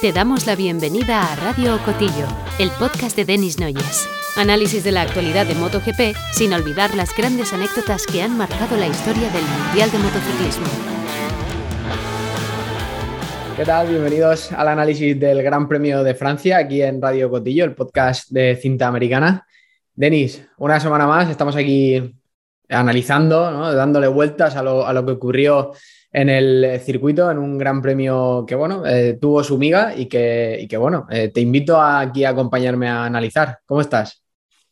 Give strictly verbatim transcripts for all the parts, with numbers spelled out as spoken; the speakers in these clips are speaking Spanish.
Te damos la bienvenida a Radio Cotillo, el podcast de Denis Noyes. Análisis de la actualidad de MotoGP, sin olvidar las grandes anécdotas que han marcado la historia del Mundial de Motociclismo. ¿Qué tal? Bienvenidos al análisis del Gran Premio de Francia, aquí en Radio Cotillo, el podcast de cinta americana. Denis, una semana más, estamos aquí analizando, ¿no? Dándole vueltas a lo, a lo que ocurrió en el circuito, en un Gran Premio que, bueno, eh, tuvo su miga y que, y que bueno, eh, te invito a, aquí a acompañarme a analizar. ¿Cómo estás?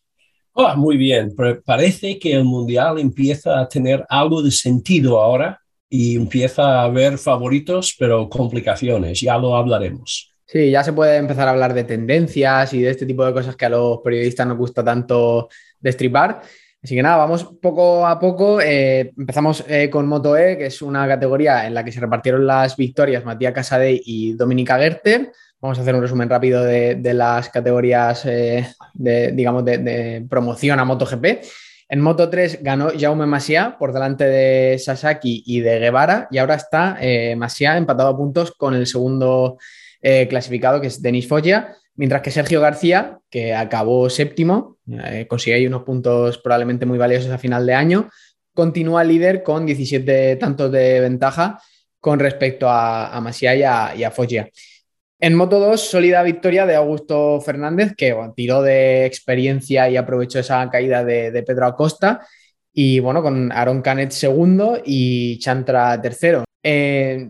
Oh, muy bien, pero parece que el Mundial empieza a tener algo de sentido ahora y empieza a haber favoritos, pero complicaciones, ya lo hablaremos. Sí, ya se puede empezar a hablar de tendencias y de este tipo de cosas que a los periodistas nos gusta tanto destripar. Así que nada, vamos poco a poco. Eh, empezamos eh, con Moto E, que es una categoría en la que se repartieron las victorias Matías Casadei y Dominika Gerter. Vamos a hacer un resumen rápido de, de las categorías eh, de, digamos, de, de promoción a MotoGP. En Moto tres ganó Jaume Masia por delante de Sasaki y de Guevara, y ahora está eh, Masia empatado a puntos con el segundo eh, clasificado, que es Denis Foggia, mientras que Sergio García, que acabó séptimo, eh, consigue ahí unos puntos probablemente muy valiosos a final de año, continúa líder con diecisiete tantos de ventaja con respecto a, a Masia y a, y a Foggia. En Moto dos, sólida victoria de Augusto Fernández, que bueno, tiró de experiencia y aprovechó esa caída de, de Pedro Acosta. Y bueno, con Aaron Canet segundo y Chantra tercero. Eh,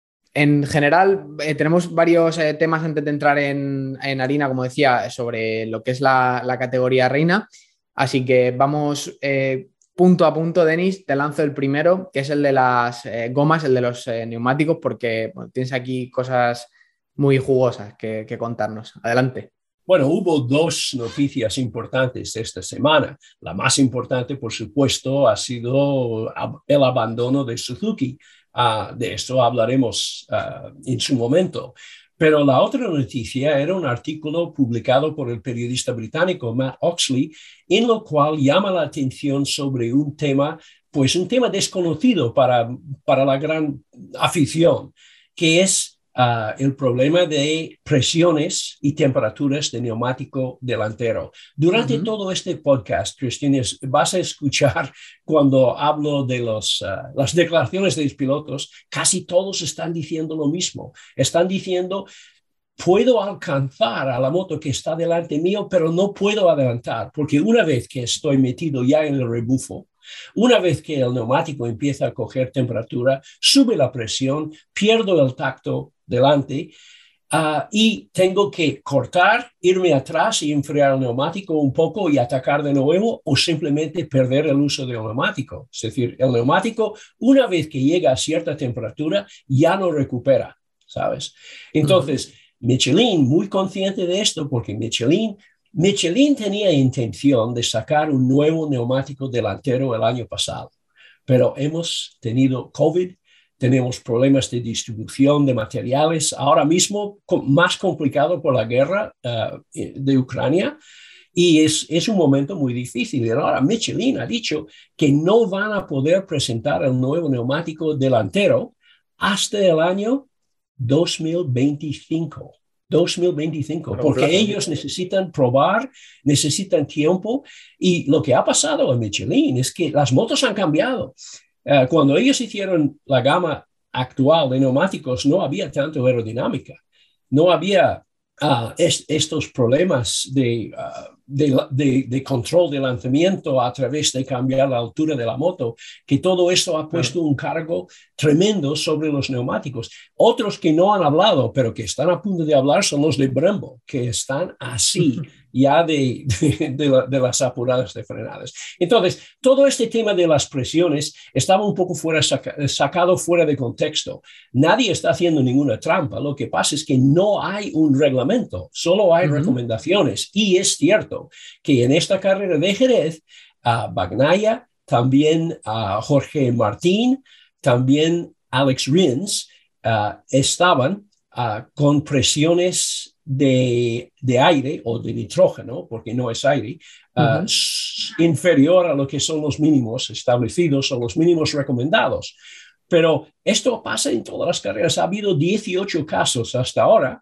en general, eh, tenemos varios eh, temas antes de entrar en, en harina, como decía, sobre lo que es la, la categoría reina. Así que vamos eh, punto a punto, Denis. Te lanzo el primero, que es el de las eh, gomas, el de los eh, neumáticos, porque bueno, tienes aquí cosas muy jugosas que, que contarnos. Adelante. Bueno, hubo dos noticias importantes esta semana. La más importante, por supuesto, ha sido el abandono de Suzuki. Uh, de esto hablaremos uh, en su momento. Pero la otra noticia era un artículo publicado por el periodista británico Matt Oxley, en lo cual llama la atención sobre un tema, pues un tema desconocido para, para la gran afición, que es Uh, el problema de presiones y temperaturas de neumático delantero. Durante uh-huh. todo este podcast, Cristian, vas a escuchar cuando hablo de los, uh, las declaraciones de los pilotos, casi todos están diciendo lo mismo. Están diciendo, puedo alcanzar a la moto que está delante mío, pero no puedo adelantar, porque una vez que estoy metido ya en el rebufo, una vez que el neumático empieza a coger temperatura, sube la presión, pierdo el tacto delante uh, y tengo que cortar, irme atrás y enfriar el neumático un poco y atacar de nuevo, o simplemente perder el uso del neumático. Es decir, el neumático, una vez que llega a cierta temperatura, ya no recupera, ¿sabes? Entonces, uh-huh. Michelin, muy consciente de esto, porque Michelin Michelin tenía intención de sacar un nuevo neumático delantero el año pasado, pero hemos tenido COVID, tenemos problemas de distribución de materiales, ahora mismo más complicado por la guerra uh, de Ucrania, y es, es un momento muy difícil. Y ahora Michelin ha dicho que no van a poder presentar el nuevo neumático delantero hasta el año dos mil veinticinco. dos mil veinticinco, Pero porque claro, ellos necesitan probar, necesitan tiempo, y lo que ha pasado en Michelin es que las motos han cambiado. Uh, cuando ellos hicieron la gama actual de neumáticos, no había tanto aerodinámica, no había uh, est- estos problemas de, uh, de, de, de control de lanzamiento a través de cambiar la altura de la moto, que todo esto ha puesto un cargo tremendo sobre los neumáticos. Otros que no han hablado, pero que están a punto de hablar, son los de Brembo, que están así ya de, de, de, la, de las apuradas de frenadas. Entonces, todo este tema de las presiones estaba un poco fuera, saca, sacado fuera de contexto. Nadie está haciendo ninguna trampa. Lo que pasa es que no hay un reglamento, solo hay uh-huh. recomendaciones. Y es cierto que en esta carrera de Jerez, uh, Bagnaia, también uh, Jorge Martín, también Alex Rins uh, estaban uh, con presiones de, de aire o de nitrógeno, porque no es aire, uh, uh-huh. inferior a lo que son los mínimos establecidos o los mínimos recomendados. Pero esto pasa en todas las carreras. Ha habido dieciocho casos hasta ahora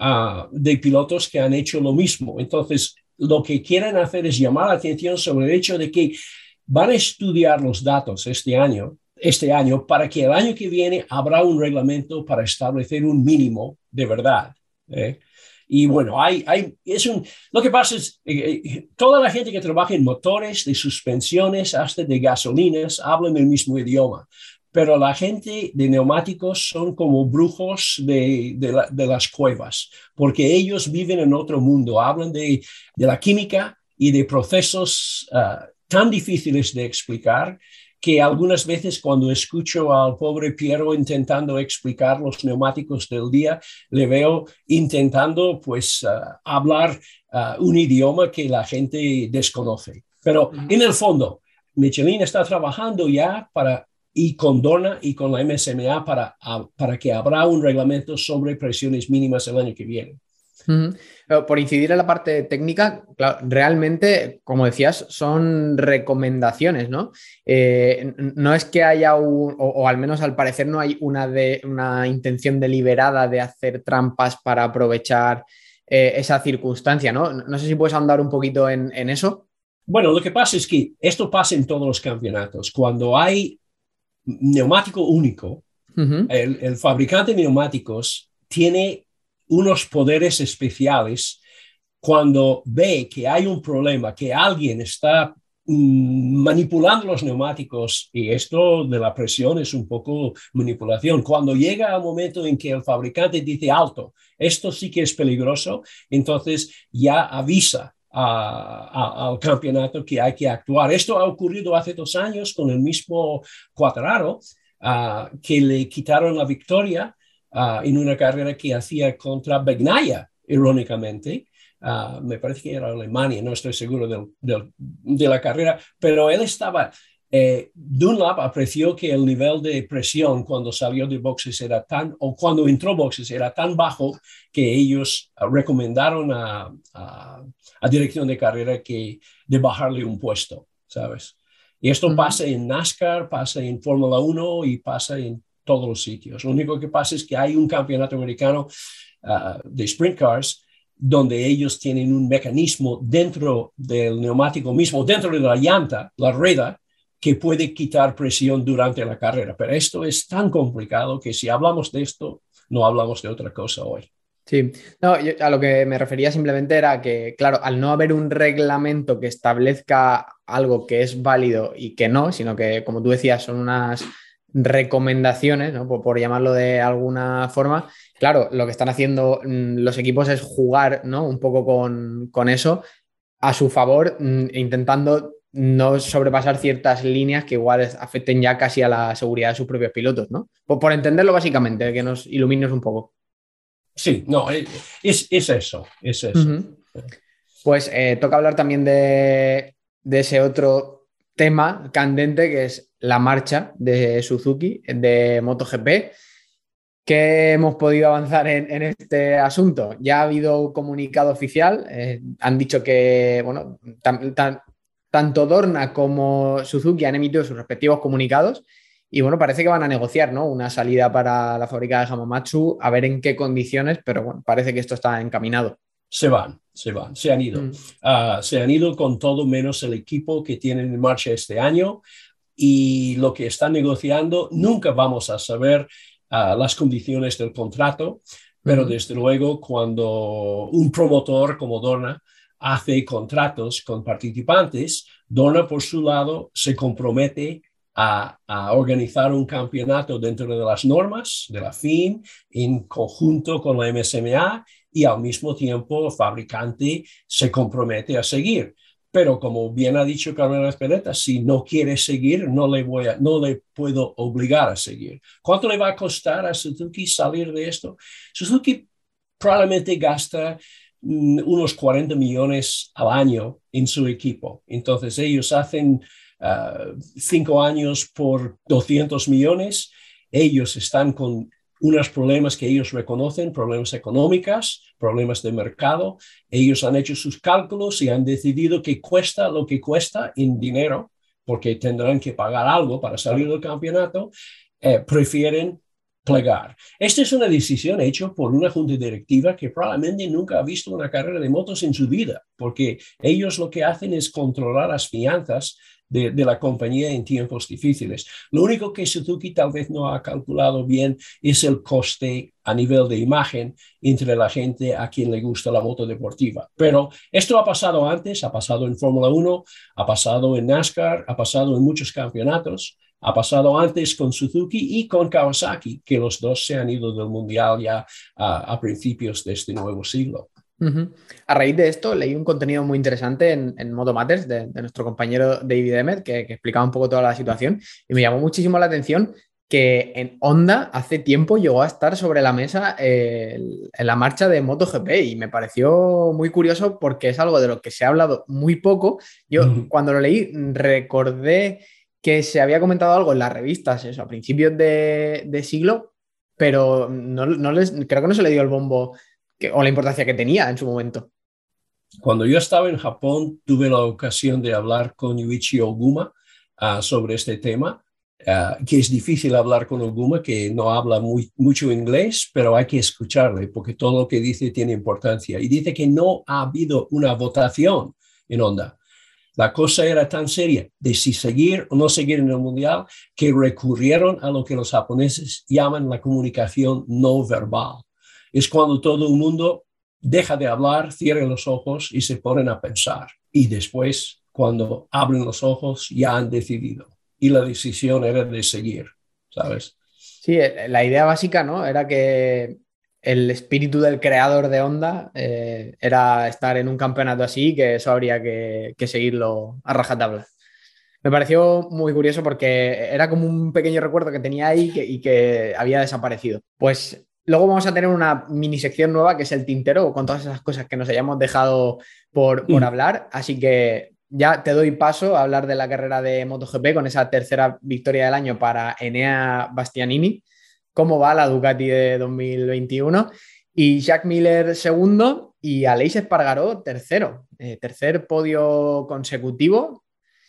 uh, de pilotos que han hecho lo mismo. Entonces, lo que quieren hacer es llamar la atención sobre el hecho de que van a estudiar los datos este año, este año para que el año que viene habrá un reglamento para establecer un mínimo de verdad. ¿eh? Y bueno, hay, hay, es un, lo que pasa es eh, eh, toda la gente que trabaja en motores, de suspensiones, hasta de gasolinas, hablan el mismo idioma. Pero la gente de neumáticos son como brujos de, de, la, de las cuevas, porque ellos viven en otro mundo, hablan de, de la química y de procesos uh, tan difíciles de explicar que algunas veces cuando escucho al pobre Piero intentando explicar los neumáticos del día, le veo intentando pues uh, hablar uh, un idioma que la gente desconoce. Pero uh-huh. en el fondo, Michelin está trabajando ya para... y con Dorna y con la M S M A para, a, para que habrá un reglamento sobre presiones mínimas el año que viene. Uh-huh. Por incidir en la parte técnica, claro, realmente, como decías, son recomendaciones, ¿no? Eh, no es que haya un, o, o al menos al parecer no hay una, de, una intención deliberada de hacer trampas para aprovechar eh, esa circunstancia, ¿no? No sé si puedes ahondar un poquito en, en eso. Bueno, lo que pasa es que esto pasa en todos los campeonatos. Cuando hay neumático único, uh-huh. el, el fabricante de neumáticos tiene unos poderes especiales cuando ve que hay un problema, que alguien está mm, manipulando los neumáticos, y esto de la presión es un poco manipulación. Cuando llega el momento en que el fabricante dice alto, esto sí que es peligroso, entonces ya avisa A, a, al campeonato que hay que actuar. Esto ha ocurrido hace dos años con el mismo Quartararo, uh, que le quitaron la victoria uh, en una carrera que hacía contra Bagnaia, irónicamente. Uh, me parece que era Alemania, no estoy seguro del, del, de la carrera, pero él estaba... Eh, Dunlop apreció que el nivel de presión cuando salió de boxes era tan, o cuando entró boxes era tan bajo que ellos uh, recomendaron a, a, a dirección de carrera que de bajarle un puesto, ¿sabes? Y esto uh-huh. pasa en NASCAR, pasa en Fórmula uno y pasa en todos los sitios. Lo único que pasa es que hay un campeonato americano uh, de sprint cars donde ellos tienen un mecanismo dentro del neumático mismo, dentro de la llanta, la rueda, que puede quitar presión durante la carrera. Pero esto es tan complicado que si hablamos de esto, no hablamos de otra cosa hoy. Sí, no, yo a lo que me refería simplemente era que, claro, al no haber un reglamento que establezca algo que es válido y que no, sino que, como tú decías, son unas recomendaciones, ¿no? por, por llamarlo de alguna forma, claro, lo que están haciendo mmm, los equipos es jugar, ¿no? Un poco con, con eso a su favor, mmm, intentando no sobrepasar ciertas líneas que igual afecten ya casi a la seguridad de sus propios pilotos, ¿no? Por, por entenderlo básicamente, que nos ilumines un poco. Sí, no, es, es eso, es eso. Uh-huh. Pues eh, toca hablar también de, de ese otro tema candente que es la marcha de Suzuki, de MotoGP. ¿Qué hemos podido avanzar en, en este asunto? Ya ha habido comunicado oficial, eh, han dicho que, bueno, tan, tan, tanto Dorna como Suzuki han emitido sus respectivos comunicados y bueno, parece que van a negociar, ¿no? Una salida para la fábrica de Hamamatsu, a ver en qué condiciones, pero bueno, parece que esto está encaminado. Se van, se van, se han ido. Mm. Uh, se han ido con todo menos el equipo que tienen en marcha este año y lo que están negociando, nunca vamos a saber uh, las condiciones del contrato, pero mm. desde luego cuando un promotor como Dorna hace contratos con participantes, Dorna por su lado se compromete a, a organizar un campeonato dentro de las normas de la F I M en conjunto con la M S M A y al mismo tiempo el fabricante se compromete a seguir. Pero como bien ha dicho Carmelo Ezpeleta, si no quiere seguir, no le, voy a, no le puedo obligar a seguir. ¿Cuánto le va a costar a Suzuki salir de esto? Suzuki probablemente gasta unos cuarenta millones al año en su equipo. Entonces ellos hacen uh, cinco años por doscientos millones. Ellos están con unos problemas que ellos reconocen, problemas económicos, problemas de mercado. Ellos han hecho sus cálculos y han decidido que cuesta lo que cuesta en dinero, porque tendrán que pagar algo para salir del campeonato. Eh, prefieren plegar. Esta es una decisión hecha por una junta directiva que probablemente nunca ha visto una carrera de motos en su vida, porque ellos lo que hacen es controlar las finanzas de, de la compañía en tiempos difíciles. Lo único que Suzuki tal vez no ha calculado bien es el coste a nivel de imagen entre la gente a quien le gusta la moto deportiva. Pero esto ha pasado antes, ha pasado en Fórmula uno, ha pasado en NASCAR, ha pasado en muchos campeonatos. Ha pasado antes con Suzuki y con Kawasaki, que los dos se han ido del mundial ya a, a principios de este nuevo siglo. Uh-huh. A raíz de esto, leí un contenido muy interesante en, en Moto Matters de, de nuestro compañero David Emmett, que, que explicaba un poco toda la situación y me llamó muchísimo la atención que en Honda hace tiempo llegó a estar sobre la mesa eh, en la marcha de MotoGP y me pareció muy curioso porque es algo de lo que se ha hablado muy poco. Yo uh-huh. cuando lo leí recordé que se había comentado algo en las revistas eso, a principios de, de siglo, pero no, no les, creo que no se le dio el bombo que, o la importancia que tenía en su momento. Cuando yo estaba en Japón, tuve la ocasión de hablar con Yuichi Oguma uh, sobre este tema, uh, que es difícil hablar con Oguma, que no habla muy, mucho inglés, pero hay que escucharle, porque todo lo que dice tiene importancia. Y dice que no ha habido una votación en Honda. La cosa era tan seria de si seguir o no seguir en el mundial que recurrieron a lo que los japoneses llaman la comunicación no verbal. Es cuando todo el mundo deja de hablar, cierra los ojos y se ponen a pensar. Y después, cuando abren los ojos, ya han decidido. Y la decisión era de seguir, ¿sabes? Sí, la idea básica, ¿no? Era que el espíritu del creador de Honda eh, era estar en un campeonato así, que eso habría que, que seguirlo a rajatabla. Me pareció muy curioso porque era como un pequeño recuerdo que tenía ahí que, y que había desaparecido. Pues luego vamos a tener una mini sección nueva que es el tintero, con todas esas cosas que nos hayamos dejado por, por mm. hablar. Así que ya te doy paso a hablar de la carrera de MotoGP con esa tercera victoria del año para Enea Bastianini. Cómo va la Ducati de dos mil veintiuno y Jack Miller segundo y Aleix Espargaró tercero, eh, tercer podio consecutivo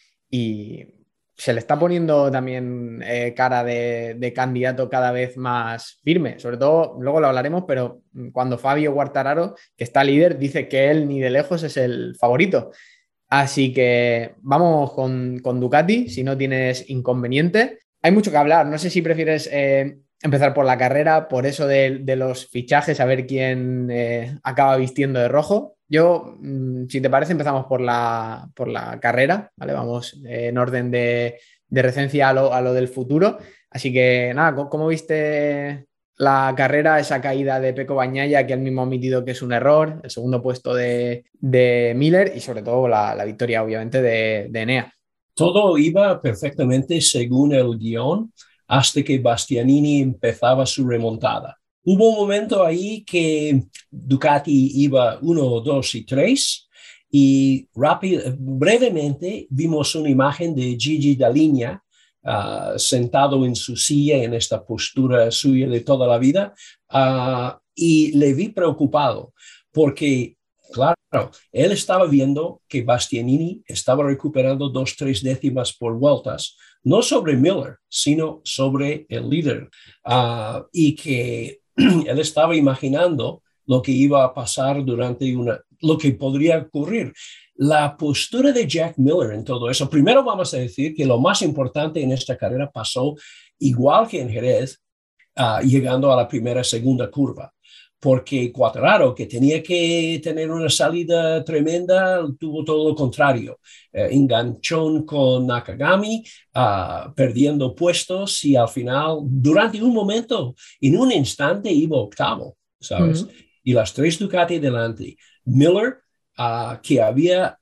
y se le está poniendo también eh, cara de, de candidato cada vez más firme, sobre todo, luego lo hablaremos, pero cuando Fabio Quartararo, que está líder, dice que él ni de lejos es el favorito. Así que vamos con, con Ducati, si no tienes inconveniente. Hay mucho que hablar, no sé si prefieres... Eh, empezar por la carrera, por eso de, de los fichajes, a ver quién eh, acaba vistiendo de rojo. Yo, mmm, si te parece, empezamos por la, por la carrera, ¿vale? Vamos eh, en orden de, de recencia a lo, a lo del futuro. Así que, nada, ¿cómo, cómo viste la carrera, esa caída de Pecco Bagnaia, que él mismo ha admitido que es un error, el segundo puesto de, de Miller y sobre todo la, la victoria, obviamente, de, de Enea? Todo iba perfectamente según el guión, hasta que Bastianini empezaba su remontada. Hubo un momento ahí que Ducati iba uno, dos y tres y rápido, brevemente vimos una imagen de Gigi Dall'Igna uh, sentado en su silla en esta postura suya de toda la vida uh, y le vi preocupado porque, claro, él estaba viendo que Bastianini estaba recuperando dos, tres décimas por vueltas, no sobre Miller, sino sobre el líder. Uh, y que él estaba imaginando lo que iba a pasar durante una, lo que podría ocurrir. La postura de Jack Miller en todo eso, primero vamos a decir que lo más importante en esta carrera pasó igual que en Jerez, uh, llegando a la primera, segunda curva. Porque Quartararo, que tenía que tener una salida tremenda, tuvo todo lo contrario. Eh, enganchón con Nakagami, uh, perdiendo puestos y al final, durante un momento, en un instante, iba octavo, ¿sabes? Uh-huh. Y las tres Ducati delante. Miller, uh, que había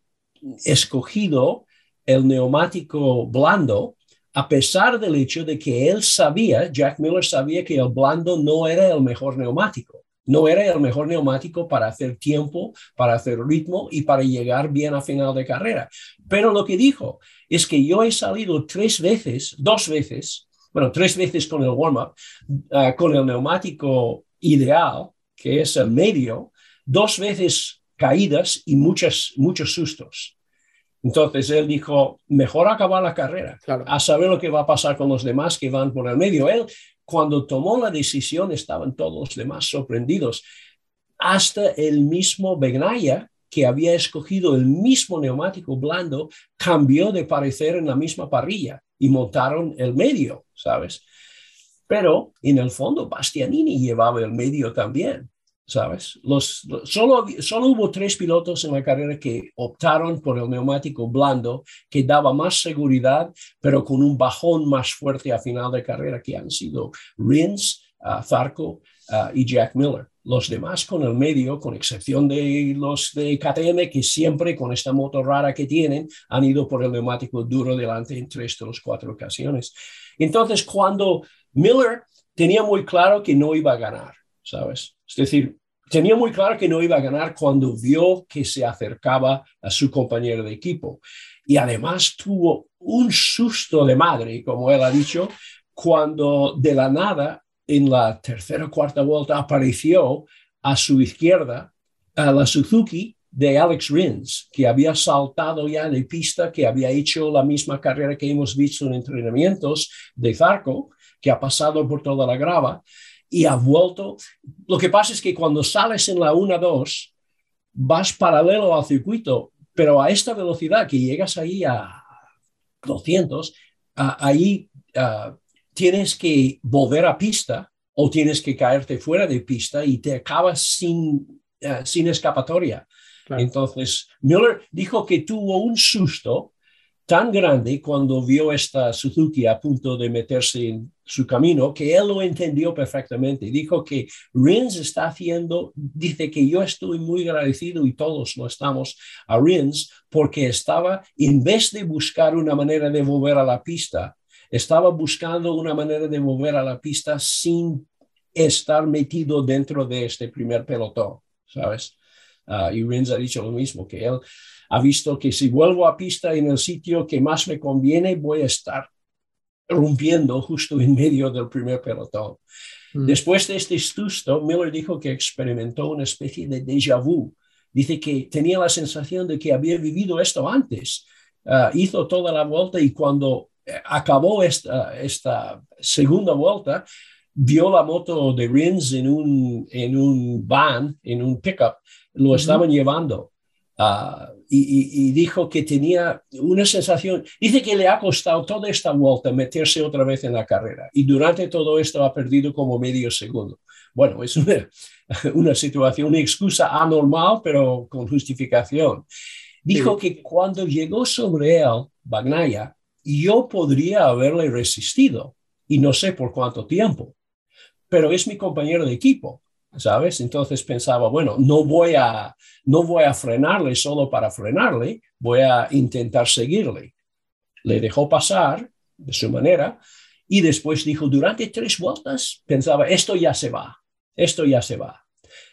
escogido el neumático blando, a pesar del hecho de que él sabía, Jack Miller sabía que el blando no era el mejor neumático. No era el mejor neumático para hacer tiempo, para hacer ritmo y para llegar bien a final de carrera. Pero lo que dijo es que yo he salido tres veces, dos veces, bueno, tres veces con el warm-up, uh, con el neumático ideal, que es el medio, dos veces caídas y muchas, muchos sustos. Entonces él dijo, mejor acabar la carrera, claro, a saber lo que va a pasar con los demás que van por el medio. Él, cuando tomó la decisión estaban todos los demás sorprendidos. Hasta el mismo Bagnaia, que había escogido el mismo neumático blando, cambió de parecer en la misma parrilla y montaron el medio, ¿sabes? Pero en el fondo Bastianini llevaba el medio también, ¿sabes? Los, los, solo, solo hubo tres pilotos en la carrera que optaron por el neumático blando, que daba más seguridad, pero con un bajón más fuerte a final de carrera, que han sido Rins, uh, Zarco uh, y Jack Miller. Los demás con el medio, con excepción de los de K T M, que siempre con esta moto rara que tienen, han ido por el neumático duro delante en tres de las cuatro ocasiones. Entonces, cuando Miller tenía muy claro que no iba a ganar, ¿sabes? Es decir, tenía muy claro que no iba a ganar cuando vio que se acercaba a su compañero de equipo. Y además tuvo un susto de madre, como él ha dicho, cuando de la nada, en la tercera o cuarta vuelta, apareció a su izquierda a la Suzuki de Alex Rins, que había saltado ya de pista, que había hecho la misma carrera que hemos visto en entrenamientos de Zarco, que ha pasado por toda la grava y ha vuelto. Lo que pasa es que cuando sales en la uno dos, vas paralelo al circuito, pero a esta velocidad que llegas ahí a doscientos, uh, ahí uh, tienes que volver a pista o tienes que caerte fuera de pista y te acabas sin, uh, sin escapatoria. Claro. Entonces, Miller dijo que tuvo un susto tan grande cuando vio esta Suzuki a punto de meterse en su camino, que él lo entendió perfectamente. Dijo que Rins está haciendo, dice que yo estoy muy agradecido y todos lo estamos a Rins, porque estaba, en vez de buscar una manera de volver a la pista, estaba buscando una manera de volver a la pista sin estar metido dentro de este primer pelotón, ¿sabes? Uh, y Rins ha dicho lo mismo, que él ha visto que si vuelvo a pista en el sitio que más me conviene, voy a estar rompiendo justo en medio del primer pelotón. Mm. Después de este susto, Miller dijo que experimentó una especie de déjà vu. Dice que tenía la sensación de que había vivido esto antes. Uh, hizo toda la vuelta y cuando acabó esta, esta segunda vuelta, vio la moto de Rins en un, en un van, en un pickup, lo uh-huh. estaban llevando. Uh, y, y, y dijo que tenía una sensación, dice que le ha costado toda esta vuelta meterse otra vez en la carrera y durante todo esto ha perdido como medio segundo. Bueno, es una, una situación, una excusa anormal, pero con justificación. Dijo sí. que cuando llegó sobre él, Bagnaia, yo podría haberle resistido y no sé por cuánto tiempo, pero es mi compañero de equipo, ¿sabes? Entonces pensaba, bueno, no voy a, no voy a frenarle solo para frenarle, voy a intentar seguirle. Le dejó pasar de su manera y después dijo, durante tres vueltas, pensaba, esto ya se va, esto ya se va.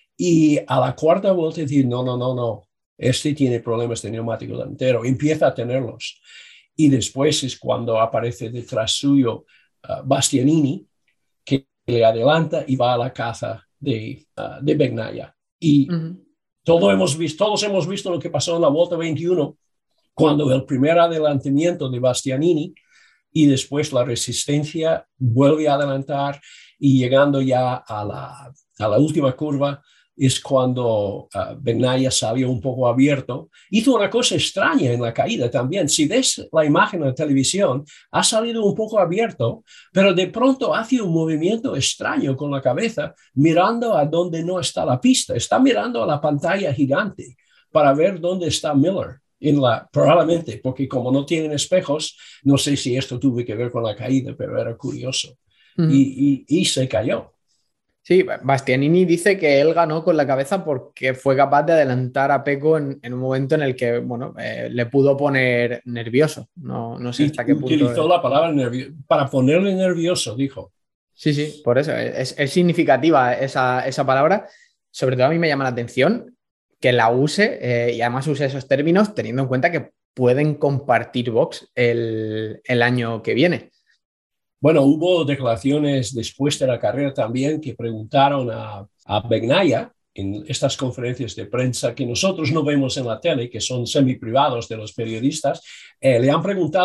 Y a la cuarta vuelta dijo, no, no, no, no, este tiene problemas de neumático delantero, empieza a tenerlos. Y después es cuando aparece detrás suyo uh, Bastianini, que le adelanta y va a la caza de, uh, de Bagnaia. Y uh-huh. todo hemos visto, todos hemos visto lo que pasó en la Vuelta veintiuno, cuando el primer adelantamiento de Bastianini y después la resistencia vuelve a adelantar y llegando ya a la, a la última curva, es cuando uh, Bagnaia salió un poco abierto. Hizo una cosa extraña en la caída también. Si ves la imagen en la televisión, ha salido un poco abierto, pero de pronto hace un movimiento extraño con la cabeza, mirando a donde no está la pista. Está mirando a la pantalla gigante para ver dónde está Miller. En la, probablemente, porque como no tienen espejos, no sé si esto tuvo que ver con la caída, pero era curioso. Uh-huh. y, y, y se cayó. Sí, Bastianini dice que él ganó con la cabeza porque fue capaz de adelantar a Pecco en, en un momento en el que, bueno, eh, le pudo poner nervioso. No, no sé hasta qué punto. Utilizó es. la palabra nervioso, para ponerle nervioso, dijo. Sí, sí, por eso. Es, es significativa esa, esa palabra. Sobre todo a mí me llama la atención que la use eh, y además use esos términos teniendo en cuenta que pueden compartir box el, el año que viene. Bueno, hubo declaraciones después de la carrera también que preguntaron a, a Bagnaia en estas conferencias de prensa que nosotros no vemos en la tele, que son semi-privados de los periodistas. Eh, le han preguntado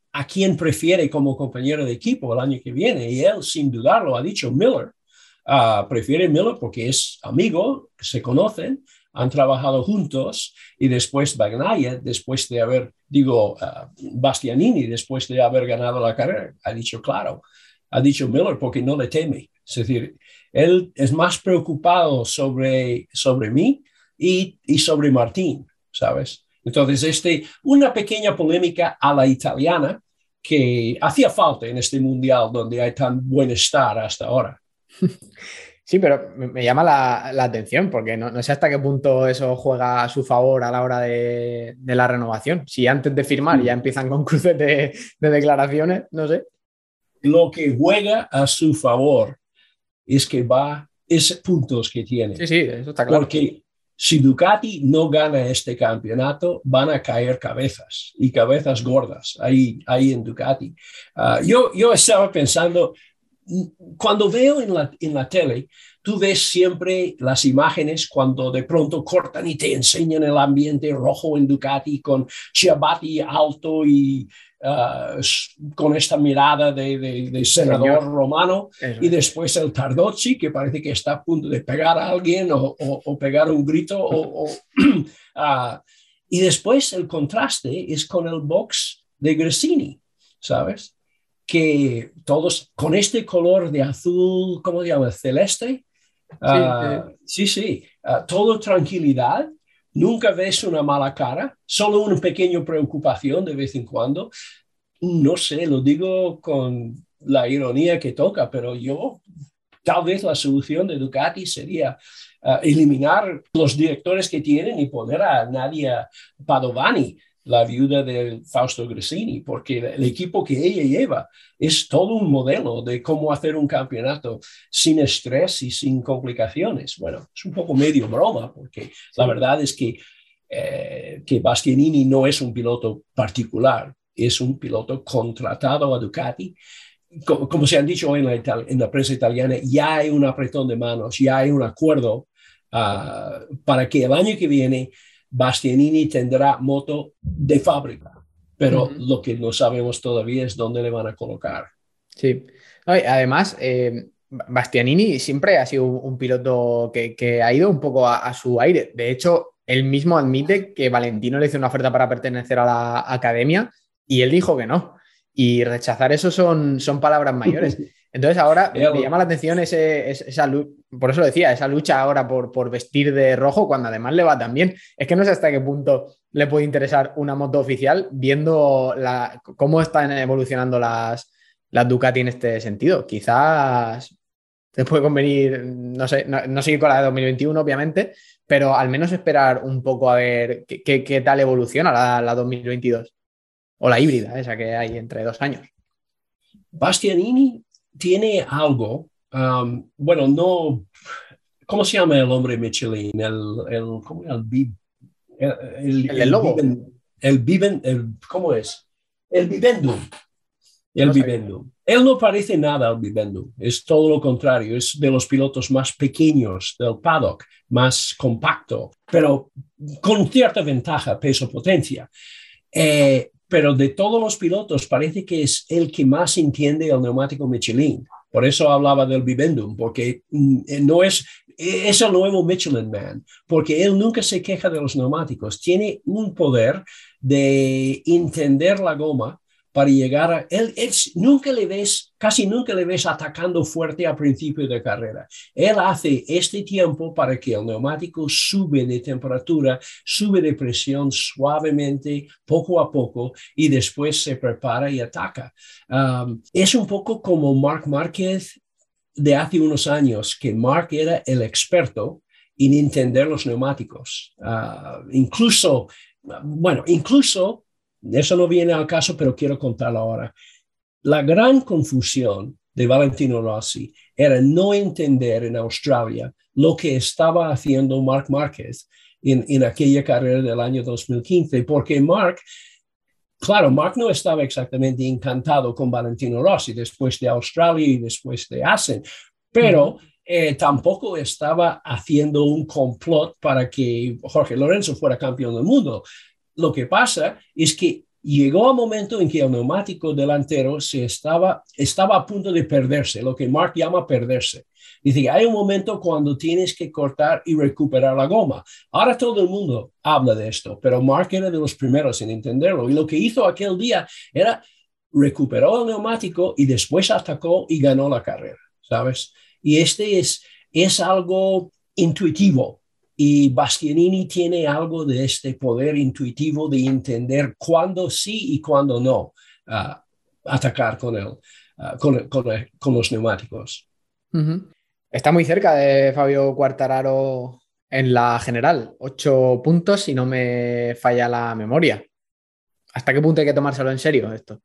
a quién prefiere como compañero de equipo el año que viene. Y él, sin dudarlo, ha dicho Miller. Uh, prefiere Miller porque es amigo, se conocen, han trabajado juntos, y después Bagnaia, después de haber, digo, uh, Bastianini, después de haber ganado la carrera, ha dicho claro, ha dicho Miller porque no le teme. Es decir, él es más preocupado sobre, sobre mí y, y sobre Martín, ¿sabes? Entonces, este, una pequeña polémica a la italiana que hacía falta en este mundial donde hay tan buen estar hasta ahora. Sí, pero me llama la, la atención porque no, no sé hasta qué punto eso juega a su favor a la hora de, de la renovación. Si antes de firmar ya empiezan con cruces de, de declaraciones, no sé. Lo que juega a su favor es que va, es puntos que tiene. Sí, sí, eso está claro. Porque si Ducati no gana este campeonato, van a caer cabezas, y cabezas gordas ahí, ahí en Ducati. Uh, yo, yo estaba pensando, cuando veo en la, en la tele, tú ves siempre las imágenes cuando de pronto cortan y te enseñan el ambiente rojo en Ducati con Chiabatti alto y uh, con esta mirada de, de, de senador Señor. romano. Eso. Y después el Tardozzi, que parece que está a punto de pegar a alguien o, o, o pegar un grito. O, o, uh, y después el contraste es con el box de Gresini, ¿sabes? Que todos con este color de azul, ¿cómo se llama? Celeste. Uh, sí, sí, sí. Uh, todo tranquilidad. Nunca ves una mala cara, solo una pequeña preocupación de vez en cuando. No sé, lo digo con la ironía que toca, pero yo, tal vez la solución de Ducati sería uh, eliminar los directores que tienen y poner a Nadia Padovani, la viuda de Fausto Gresini, porque el equipo que ella lleva es todo un modelo de cómo hacer un campeonato sin estrés y sin complicaciones. Bueno, es un poco medio broma, porque sí. La verdad es que, eh, que Bastianini no es un piloto particular, es un piloto contratado a Ducati. Como, como se han dicho hoy en la, en la prensa italiana, ya hay un apretón de manos, ya hay un acuerdo uh, para que el año que viene Bastianini tendrá moto de fábrica, pero uh-huh. lo que no sabemos todavía es dónde le van a colocar. Sí, además, eh, Bastianini siempre ha sido un piloto que, que ha ido un poco a, a su aire. De hecho, él mismo admite que Valentino le hizo una oferta para pertenecer a la academia y él dijo que no. Y rechazar eso son, son palabras mayores. Entonces ahora me, me llama la atención ese, esa lucha, por eso lo decía, esa lucha ahora por, por vestir de rojo cuando además le va tan bien. Es que no sé hasta qué punto le puede interesar una moto oficial viendo la, cómo están evolucionando las, las Ducati en este sentido. Quizás te puede convenir, no sé, no, no seguir con la de dos mil veintiuno obviamente, pero al menos esperar un poco a ver qué, qué, qué tal evoluciona la, la dos mil veintidós o la híbrida, esa que hay entre dos años. Bastianini tiene algo, um, bueno, no, ¿cómo se llama el hombre Michelin? El, el, ¿cómo el, el, el, el, el lobo. Viven, el Viven, el, ¿cómo es? El Vivendum. El no Vivendum. Él no parece nada al Vivendum, es todo lo contrario, es de los pilotos más pequeños del paddock, más compacto, pero con cierta ventaja, peso-potencia. Eh, pero de todos los pilotos parece que es el que más entiende el neumático Michelin. Por eso hablaba del Vivendum, porque no es, es el nuevo Michelin Man, porque él nunca se queja de los neumáticos. Tiene un poder de entender la goma para llegar a... Él, él nunca le ves, casi nunca le ves atacando fuerte al principio de carrera. Él hace este tiempo para que el neumático sube de temperatura, sube de presión suavemente, poco a poco, y después se prepara y ataca. Um, es un poco como Marc Márquez de hace unos años, que Marc era el experto en entender los neumáticos. Uh, incluso, bueno, incluso... Eso no viene al caso, pero quiero contarlo ahora. La gran confusión de Valentino Rossi era no entender en Australia lo que estaba haciendo Marc Márquez en, en aquella carrera del año dos mil quince, porque Marc, claro, Marc no estaba exactamente encantado con Valentino Rossi después de Australia y después de Assen, pero... Uh-huh. Eh, tampoco estaba haciendo un complot para que Jorge Lorenzo fuera campeón del mundo. Lo que pasa es que llegó un momento en que el neumático delantero se estaba, estaba a punto de perderse, lo que Mark llama perderse. Dice, hay un momento cuando tienes que cortar y recuperar la goma. Ahora todo el mundo habla de esto, pero Mark era de los primeros en entenderlo. Y lo que hizo aquel día era recuperó el neumático y después atacó y ganó la carrera, ¿sabes? Y este es, es algo intuitivo. Y Bastianini tiene algo de este poder intuitivo de entender cuándo sí y cuándo no uh, atacar con, el, uh, con, con, con los neumáticos. Uh-huh. Está muy cerca de Fabio Quartararo en la general. Ocho puntos, si no me falla la memoria. ¿Hasta qué punto hay que tomárselo en serio esto?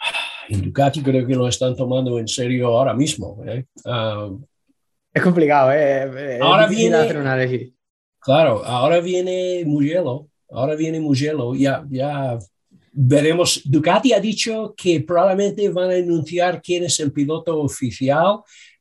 En Ducati creo que lo están tomando en serio ahora mismo. ¿eh? Uh, es complicado, ¿eh? Es ahora difícil viene, hacer un análisis. Claro, ahora viene Mugello. Ahora viene Mugello. Ya, ya veremos. Ducati ha dicho que probablemente van a anunciar quién es el piloto oficial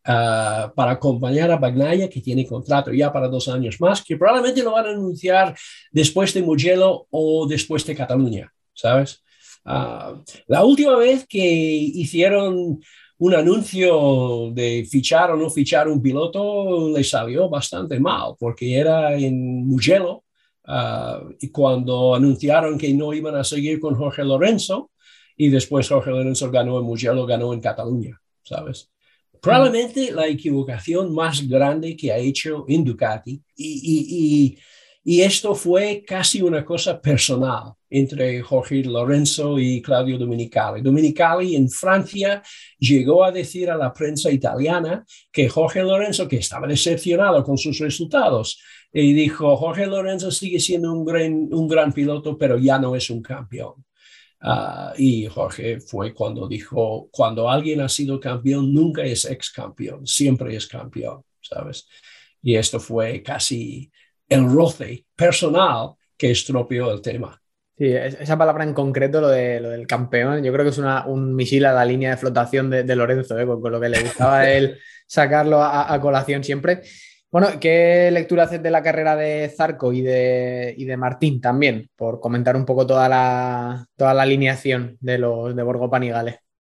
Uh, para acompañar a Bagnaia, que tiene contrato ya para dos años más, que probablemente lo van a anunciar después de Mugello o después de Cataluña, ¿sabes? Uh, la última vez que hicieron un anuncio de fichar o no fichar un piloto, le salió bastante mal, porque era en Mugello, uh, y cuando anunciaron que no iban a seguir con Jorge Lorenzo, y después Jorge Lorenzo ganó en Mugello, ganó en Cataluña, ¿sabes? Probablemente la equivocación más grande que ha hecho en Ducati, y, y, y, y esto fue casi una cosa personal entre Jorge Lorenzo y Claudio Domenicali. Domenicali en Francia llegó a decir a la prensa italiana que Jorge Lorenzo, que estaba decepcionado con sus resultados, y dijo, Jorge Lorenzo sigue siendo un gran, un gran piloto, pero ya no es un campeón. Uh, y Jorge fue cuando dijo, cuando alguien ha sido campeón, nunca es ex campeón, siempre es campeón, ¿sabes? Y esto fue casi el roce personal que estropeó el tema. Sí, esa palabra en concreto, lo, de, lo del campeón, yo creo que es una, un misil a la línea de flotación de, de Lorenzo, ¿eh? con, con lo que le gustaba a él sacarlo a, a colación siempre. Bueno, ¿qué lectura haces de la carrera de Zarco y de, y de Martín también? Por comentar un poco toda la, toda la alineación de los de Borgo Panigale.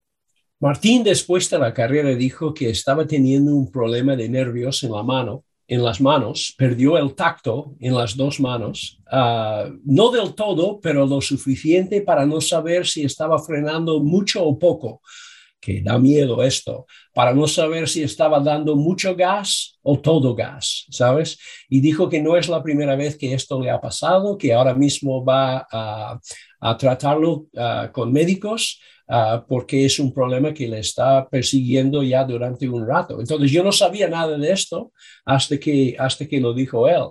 Martín después de la carrera dijo que estaba teniendo un problema de nervios en la mano, en las manos, perdió el tacto en las dos manos, uh, no del todo, pero lo suficiente para no saber si estaba frenando mucho o poco, que da miedo esto, para no saber si estaba dando mucho gas o todo gas, ¿sabes? Y dijo que no es la primera vez que esto le ha pasado, que ahora mismo va a, a tratarlo uh, con médicos, uh, porque es un problema que le está persiguiendo ya durante un rato. Entonces yo no sabía nada de esto hasta que, hasta que lo dijo él.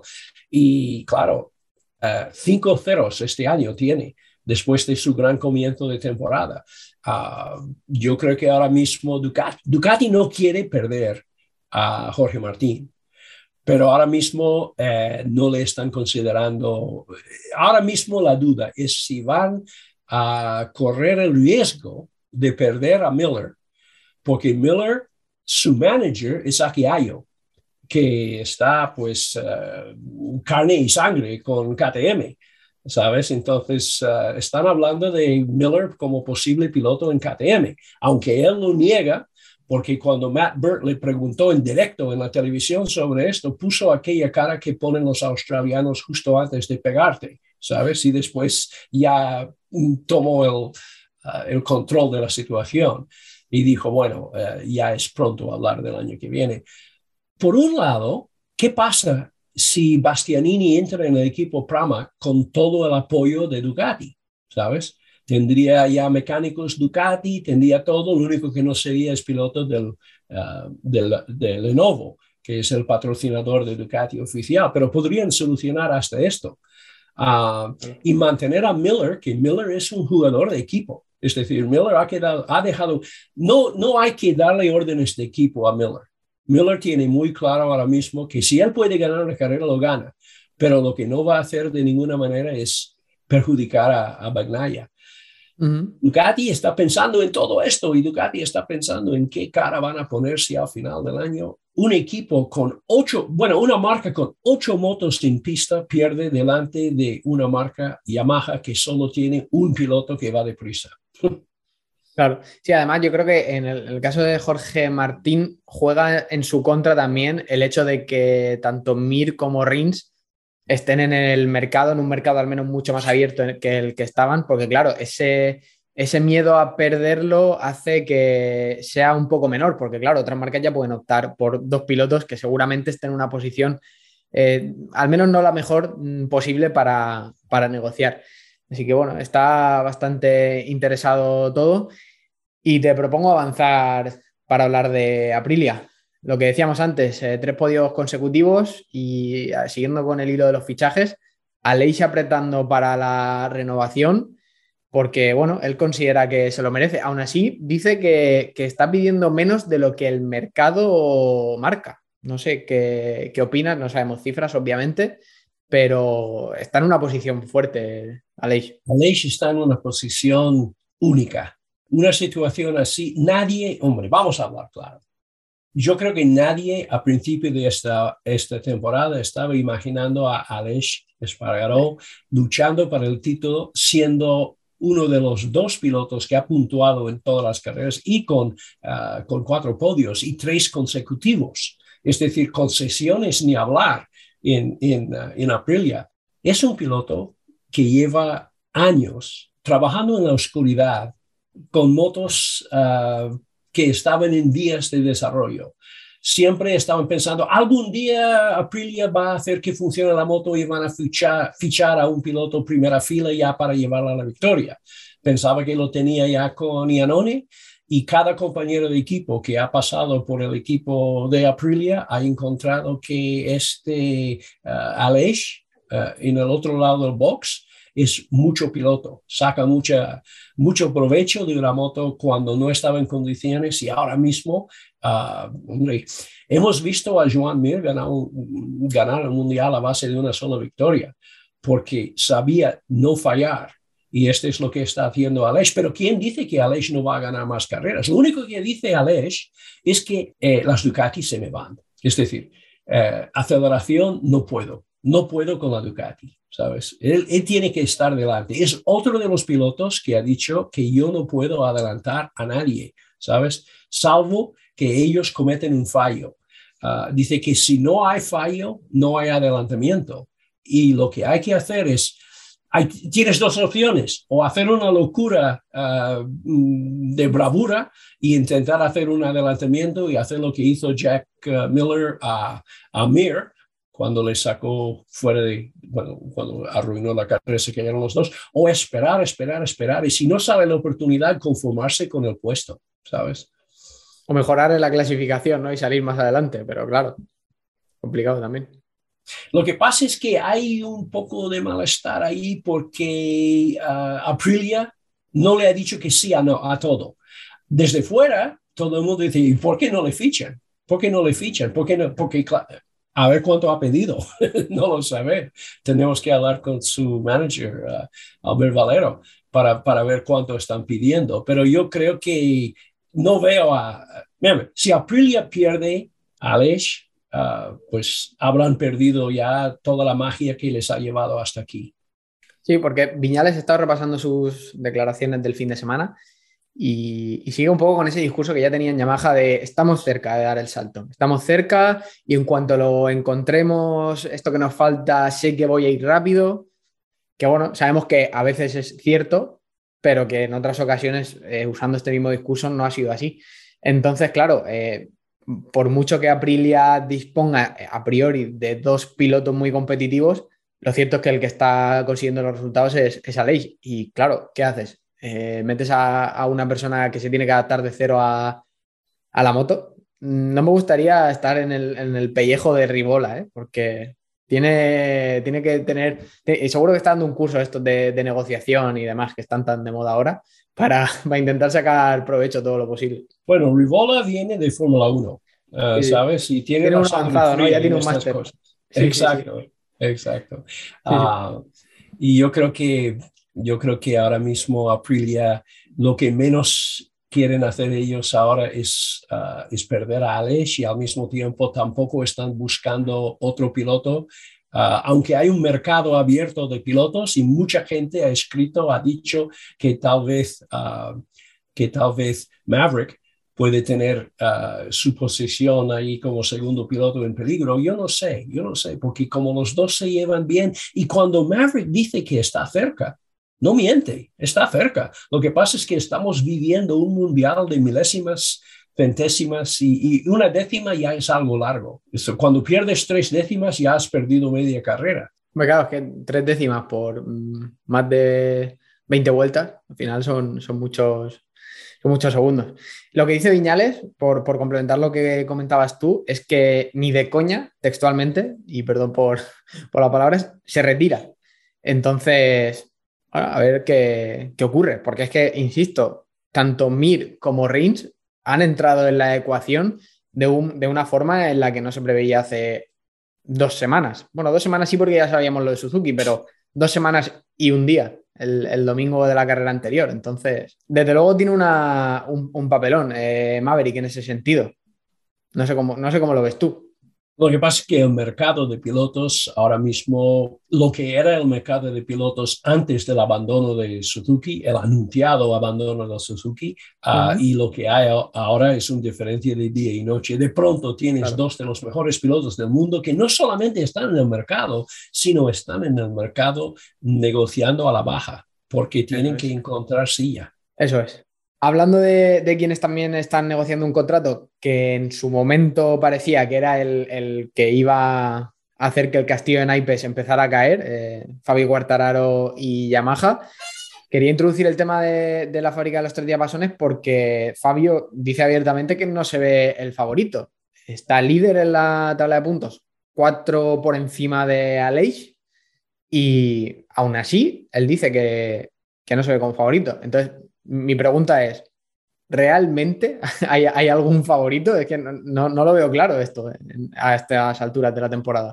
Y claro, uh, cinco ceros este año tiene, después de su gran comienzo de temporada. Uh, yo creo que ahora mismo Ducati, Ducati no quiere perder a Jorge Martín, pero ahora mismo eh, no le están considerando. Ahora mismo la duda es si van a correr el riesgo de perder a Miller, porque Miller, su manager es Aki Ajo, que está pues uh, carne y sangre con K T M. ¿Sabes? Entonces, uh, están hablando de Miller como posible piloto en K T M, aunque él lo niega, porque cuando Matt Burt le preguntó en directo en la televisión sobre esto, puso aquella cara que ponen los australianos justo antes de pegarte, ¿sabes? Y después ya tomó el, uh, el control de la situación y dijo, bueno, uh, ya es pronto hablar del año que viene. Por un lado, ¿qué pasa si Bastianini entra en el equipo Pramac con todo el apoyo de Ducati, ¿sabes? Tendría ya mecánicos Ducati, tendría todo, lo único que no sería es piloto del, uh, del, de Lenovo, que es el patrocinador de Ducati oficial, pero podrían solucionar hasta esto. Uh, y mantener a Miller, que Miller es un jugador de equipo, es decir, Miller ha, quedado, ha dejado, no, no hay que darle órdenes de equipo a Miller. Miller tiene muy claro ahora mismo que si él puede ganar una carrera, lo gana, pero lo que no va a hacer de ninguna manera es perjudicar a, a Bagnaia. Uh-huh. Ducati está pensando en todo esto y Ducati está pensando en qué cara van a poner si al final del año un equipo con ocho, bueno, una marca con ocho motos en pista pierde delante de una marca Yamaha que solo tiene un piloto que va deprisa. Claro, sí, además yo creo que en el, en el caso de Jorge Martín juega en su contra también el hecho de que tanto Mir como Rins estén en el mercado, en un mercado al menos mucho más abierto que el que estaban, porque claro, ese, ese miedo a perderlo hace que sea un poco menor, porque claro, otras marcas ya pueden optar por dos pilotos que seguramente estén en una posición, eh, al menos no la mejor mm, posible para, para negociar. Así que bueno, está bastante interesado todo. Y te propongo avanzar para hablar de Aprilia. Lo que decíamos antes, eh, tres podios consecutivos y eh, siguiendo con el hilo de los fichajes, Aleix apretando para la renovación porque, bueno, él considera que se lo merece. Aún así, dice que, que está pidiendo menos de lo que el mercado marca. No sé qué, qué opinas, no sabemos cifras, obviamente, pero está en una posición fuerte, Aleix. Aleix está en una posición única. Una situación así, nadie, hombre, vamos a hablar claro. Yo creo que nadie a principio de esta, esta temporada estaba imaginando a Aleix Espargaró luchando para el título, siendo uno de los dos pilotos que ha puntuado en todas las carreras y con, uh, con cuatro podios y tres consecutivos. Es decir, concesiones ni hablar en, en, uh, en Aprilia. Es un piloto que lleva años trabajando en la oscuridad con motos uh, que estaban en vías de desarrollo. Siempre estaban pensando, algún día Aprilia va a hacer que funcione la moto y van a fichar, fichar a un piloto primera fila ya para llevarla a la victoria. Pensaba que lo tenía ya con Iannone y cada compañero de equipo que ha pasado por el equipo de Aprilia ha encontrado que este uh, Aleix uh, en el otro lado del box es mucho piloto, saca mucha, mucho provecho de una moto cuando no estaba en condiciones y ahora mismo, uh, hombre, hemos visto a Joan Mir ganar, un, ganar el mundial a base de una sola victoria, porque sabía no fallar. Y esto es lo que está haciendo Aleix. Pero ¿quién dice que Aleix no va a ganar más carreras? Lo único que dice Aleix es que eh, las Ducati se me van. Es decir, eh, aceleración no puedo. No puedo con la Ducati, ¿sabes? Él, él tiene que estar delante. Es otro de los pilotos que ha dicho que yo no puedo adelantar a nadie, ¿sabes? Salvo que ellos cometen un fallo. Uh, dice que si no hay fallo, no hay adelantamiento. Y lo que hay que hacer es, hay, tienes dos opciones, o hacer una locura uh, de bravura y intentar hacer un adelantamiento y hacer lo que hizo Jack uh, Miller a, a Mir, cuando le sacó fuera de, bueno, cuando arruinó la carrera, se cayeron los dos, o esperar, esperar, esperar, y si no sale la oportunidad, conformarse con el puesto, ¿sabes? O mejorar en la clasificación, ¿no? Y salir más adelante, pero claro, complicado también. Lo que pasa es que hay un poco de malestar ahí porque uh, Aprilia no le ha dicho que sí a, no, a todo. Desde fuera, todo el mundo dice, ¿y por qué no le fichan? ¿Por qué no le fichan? ¿Por qué no? Porque, claro, a ver cuánto ha pedido. No lo sabe. Tenemos que hablar con su manager, uh, Albert Valero, para, para ver cuánto están pidiendo. Pero yo creo que no veo a... Mira, si Aprilia pierde a Aleix, uh, pues habrán perdido ya toda la magia que les ha llevado hasta aquí. Sí, porque Viñales está repasando sus declaraciones del fin de semana y, y sigue un poco con ese discurso que ya tenía en Yamaha de estamos cerca de dar el salto, estamos cerca y en cuanto lo encontremos, esto que nos falta, sé que voy a ir rápido, que bueno, sabemos que a veces es cierto, pero que en otras ocasiones, eh, usando este mismo discurso, no ha sido así. Entonces, claro, eh, por mucho que Aprilia disponga a priori de dos pilotos muy competitivos, lo cierto es que el que está consiguiendo los resultados es, es Aleix. Y claro, ¿qué haces? Eh, ¿metes a, a una persona que se tiene que adaptar de cero a, a la moto? No me gustaría estar en el, en el pellejo de Rivola, ¿eh? Porque tiene, tiene que tener... Y seguro que está dando un curso estos de, de negociación y demás que están tan de moda ahora para, para intentar sacar provecho todo lo posible. Bueno, Rivola viene de Fórmula uno, uh, sí, ¿sabes? Y tiene, tiene un avanzado, ¿no? Ya tiene un máster. Sí, exacto, sí, sí. exacto. Sí, uh, sí. Y yo creo que yo creo que ahora mismo Aprilia lo que menos quieren hacer ellos ahora es, uh, es perder a Aleix y al mismo tiempo tampoco están buscando otro piloto. Uh, aunque hay un mercado abierto de pilotos y mucha gente ha escrito, ha dicho que tal vez, uh, que tal vez Maverick puede tener uh, su posición ahí como segundo piloto en peligro. Yo no sé, yo no sé, porque como los dos se llevan bien y cuando Maverick dice que está cerca, no miente, está cerca. Lo que pasa es que estamos viviendo un mundial de milésimas, centésimas y, y una décima ya es algo largo. Eso, cuando pierdes tres décimas ya has perdido media carrera. Bueno, claro, es que tres décimas por mm, más de veinte vueltas, al final son, son, muchos, son muchos segundos. Lo que dice Viñales, por, por complementar lo que comentabas tú, es que ni de coña, textualmente, y perdón por, por las palabras, se retira. Entonces, bueno, a ver qué, qué ocurre, porque es que, insisto, tanto Mir como Rins han entrado en la ecuación de, un, de una forma en la que no se preveía hace dos semanas. Bueno, dos semanas sí porque ya sabíamos lo de Suzuki, pero dos semanas y un día, el, el domingo de la carrera anterior. Entonces, desde luego tiene una, un, un papelón eh, Maverick en ese sentido. No sé cómo, no sé cómo lo ves tú. Lo que pasa es que el mercado de pilotos ahora mismo, lo que era el mercado de pilotos antes del abandono de Suzuki, el anunciado abandono de Suzuki, uh, uh-huh. y lo que hay ahora es una diferencia de día y noche. De pronto tienes claro. dos de los mejores pilotos del mundo que no solamente están en el mercado, sino están en el mercado negociando a la baja, porque tienen que encontrar silla. Eso es. Hablando de, de quienes también están negociando un contrato que en su momento parecía que era el, el que iba a hacer que el castillo de naipes empezara a caer, eh, Fabio Quartararo y Yamaha. Quería introducir el tema de, de la fábrica de los tres diapasones porque Fabio dice abiertamente que no se ve el favorito. Está líder en la tabla de puntos, cuatro por encima de Aleix y aún así él dice que, que no se ve como favorito. Entonces, mi pregunta es, ¿realmente hay, hay algún favorito? Es que no, no, no lo veo claro esto a estas alturas de la temporada.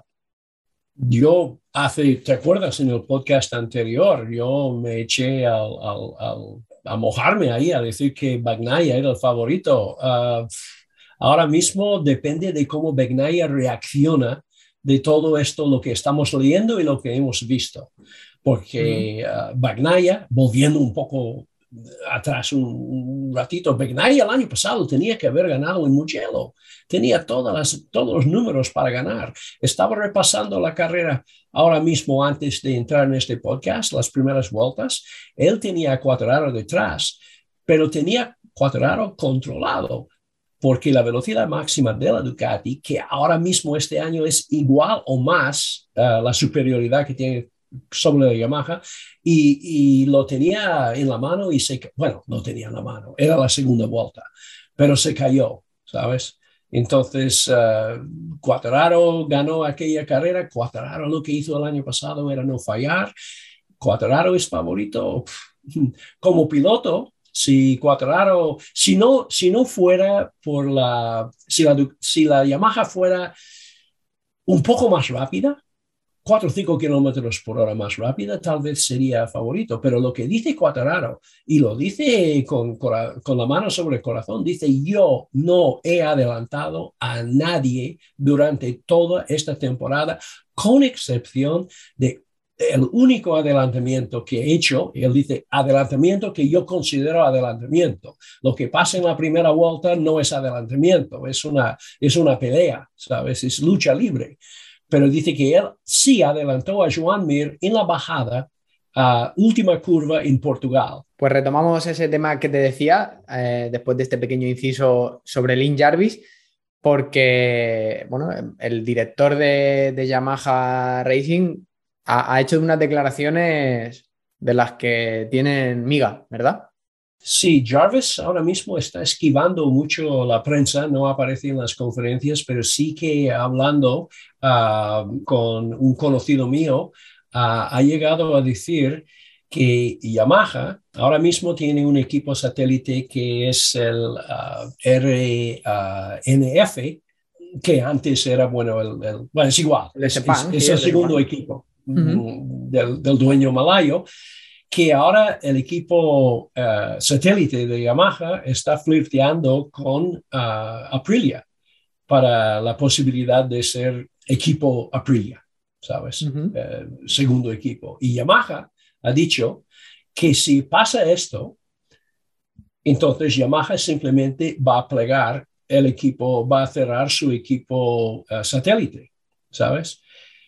Yo hace, ¿te acuerdas en el podcast anterior? Yo me eché al, al, al, a mojarme ahí, a decir que Bagnaia era el favorito. Uh, ahora mismo depende de cómo Bagnaia reacciona de todo esto, lo que estamos leyendo y lo que hemos visto. Porque uh, Bagnaia, volviendo un poco atrás un, un ratito, Bagnaia el año pasado tenía que haber ganado en Mugello, tenía todas las, todos los números para ganar. Estaba repasando la carrera ahora mismo antes de entrar en este podcast, las primeras vueltas, él tenía a Quartararo detrás, pero tenía Quartararo controlado, porque la velocidad máxima de la Ducati, que ahora mismo este año es igual o más uh, la superioridad que tiene sobre la Yamaha, y, y lo tenía en la mano y se, bueno, no tenía en la mano, era la segunda vuelta, pero se cayó, ¿sabes? Entonces, uh, Quartararo ganó aquella carrera. Quartararo lo que hizo el año pasado era no fallar. Quartararo es favorito. Como piloto, si Quartararo, si no, si no fuera por la, si la, si la Yamaha fuera un poco más rápida, cuatro o cinco kilómetros por hora más rápida, tal vez sería favorito. Pero lo que dice Quartararo, y lo dice con, con la mano sobre el corazón, dice: yo no he adelantado a nadie durante toda esta temporada, con excepción de el único adelantamiento que he hecho. Él dice adelantamiento que yo considero adelantamiento. Lo que pasa en la primera vuelta no es adelantamiento, es una, es una pelea, ¿sabes? Es lucha libre. Pero dice que él sí adelantó a Joan Mir en la bajada, uh, última curva en Portugal. Pues retomamos ese tema que te decía, eh, después de este pequeño inciso sobre Lin Jarvis, porque bueno, el director de, de Yamaha Racing ha, ha hecho unas declaraciones de las que tienen miga, ¿verdad? Sí, Jarvis ahora mismo está esquivando mucho la prensa, no aparece en las conferencias, pero sí que hablando uh, con un conocido mío, uh, ha llegado a decir que Yamaha ahora mismo tiene un equipo satélite que es el uh, R N F, que antes era, bueno, el, el, bueno es igual, el es, es, es el segundo equipo uh-huh. del, del dueño malayo, que ahora el equipo uh, satélite de Yamaha está flirteando con uh, Aprilia para la posibilidad de ser equipo Aprilia, ¿sabes? Uh-huh. Uh, segundo equipo. Y Yamaha ha dicho que si pasa esto, entonces Yamaha simplemente va a plegar el equipo, va a cerrar su equipo uh, satélite, ¿sabes?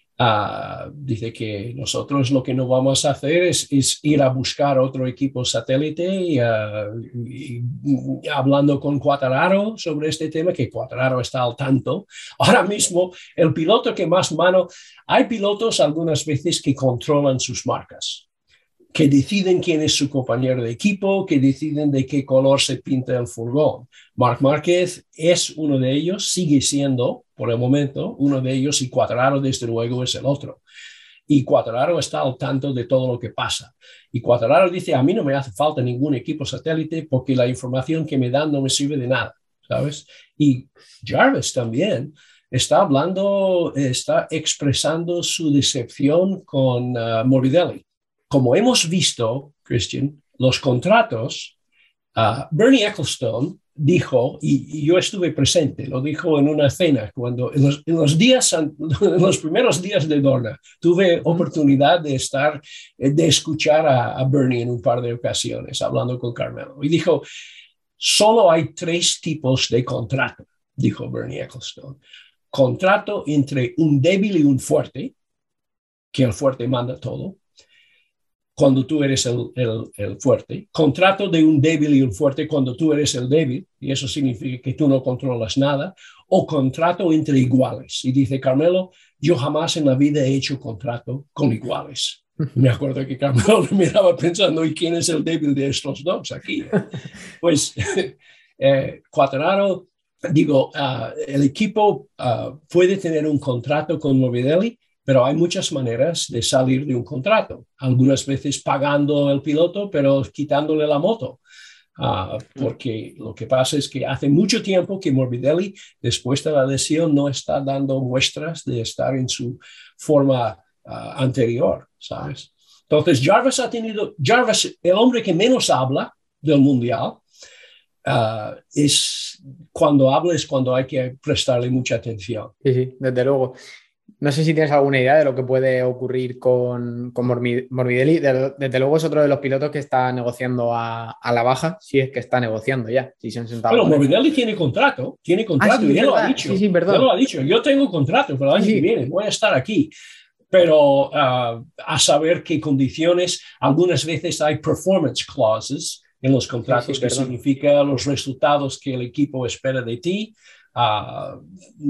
Uh, dice que nosotros lo que no vamos a hacer es, es ir a buscar otro equipo satélite y, uh, y, y hablando con Quartararo sobre este tema, que Quartararo está al tanto. Ahora mismo, el piloto que más mano... Hay pilotos algunas veces que controlan sus marcas, que deciden quién es su compañero de equipo, que deciden de qué color se pinta el furgón. Marc Márquez es uno de ellos, sigue siendo, por el momento, uno de ellos, y Quartararo, desde luego, es el otro. Y Quartararo está al tanto de todo lo que pasa. Y Quartararo dice, a mí no me hace falta ningún equipo satélite porque la información que me dan no me sirve de nada, ¿sabes? Y Jarvis también está hablando, está expresando su decepción con uh, Morbidelli. Como hemos visto, Christian, los contratos, uh, Bernie Ecclestone dijo, y, y yo estuve presente, lo dijo en una cena, cuando en los, en los, días, en los primeros días de Dorna, tuve oportunidad de estar, de escuchar a, a Bernie en un par de ocasiones, hablando con Carmelo. Y dijo, solo hay tres tipos de contrato, dijo Bernie Ecclestone. Contrato entre un débil y un fuerte, que el fuerte manda todo, cuando tú eres el, el, el fuerte, contrato de un débil y un fuerte cuando tú eres el débil, y eso significa que tú no controlas nada, o contrato entre iguales. Y dice Carmelo, yo jamás en la vida he hecho contrato con iguales. Me acuerdo que Carmelo me miraba pensando, ¿y quién es el débil de estos dos aquí? Pues eh, Quartararo, digo, uh, el equipo uh, puede tener un contrato con Morbidelli, pero hay muchas maneras de salir de un contrato. Algunas veces pagando el piloto, pero quitándole la moto. Uh, porque lo que pasa es que hace mucho tiempo que Morbidelli, después de la lesión, no está dando muestras de estar en su forma uh, anterior, ¿sabes? Entonces, Jarvis ha tenido... Jarvis, el hombre que menos habla del Mundial, uh, es cuando habla es cuando hay que prestarle mucha atención. Sí, sí, desde luego. No sé si tienes alguna idea de lo que puede ocurrir con, con Morbidelli. Desde luego es otro de los pilotos que está negociando a, a la baja, si es que está negociando ya. Si se han sentado. Bueno, Morbidelli tiene contrato, tiene contrato, ah, sí, y ya lo ha dicho. Sí, sí, perdón. Ya lo ha dicho. Yo tengo contrato para el año sí, que viene, voy a estar aquí. Pero uh, a saber qué condiciones, algunas veces hay performance clauses en los contratos, sí, sí, que significa los resultados que el equipo espera de ti. Uh,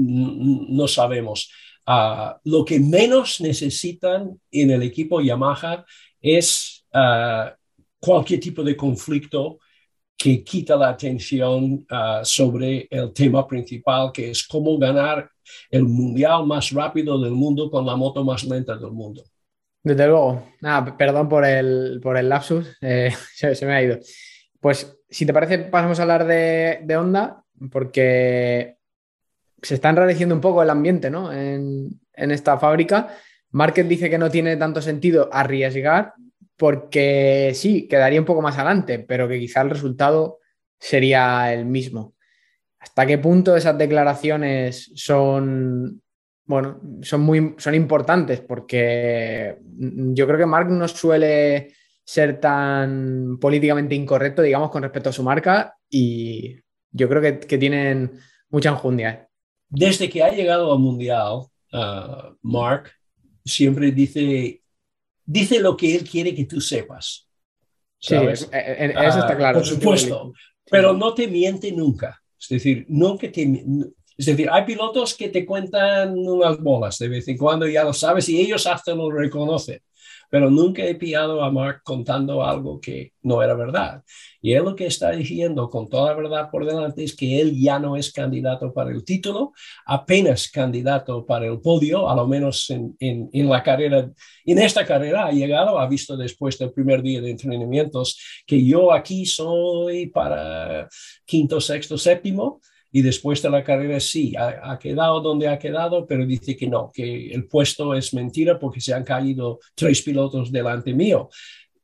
no sabemos. Uh, lo que menos necesitan en el equipo Yamaha es uh, cualquier tipo de conflicto que quita la atención uh, sobre el tema principal, que es cómo ganar el mundial más rápido del mundo con la moto más lenta del mundo. Desde luego. Ah, perdón por el, por el lapsus, eh, se, se me ha ido. Pues si te parece pasamos a hablar de, de Honda, porque se está enrareciendo un poco el ambiente, ¿no? En, en esta fábrica. Márquez dice que no tiene tanto sentido arriesgar porque sí, quedaría un poco más adelante, pero que quizá el resultado sería el mismo. ¿Hasta qué punto esas declaraciones son, bueno, son, muy, son importantes? Porque yo creo que Marc no suele ser tan políticamente incorrecto, digamos, con respecto a su marca, y yo creo que, que tienen mucha enjundia. Desde que ha llegado al Mundial, uh, Marc siempre dice, dice lo que él quiere que tú sepas. ¿Sabes? Sí, eso está claro. Uh, por supuesto, pero no te miente nunca. Es decir, nunca te, es decir, hay pilotos que te cuentan unas bolas de vez en cuando, ya lo sabes, y ellos hasta lo reconocen. Pero nunca he pillado a Marc contando algo que no era verdad. Y él lo que está diciendo con toda la verdad por delante es que él ya no es candidato para el título, apenas candidato para el podio, a lo menos en, en, en la carrera. En esta carrera ha llegado, ha visto después del primer día de entrenamientos que yo aquí soy para quinto, sexto, séptimo. Y después de la carrera sí, ha, ha quedado donde ha quedado, pero dice que no, que el puesto es mentira porque se han caído tres pilotos delante mío.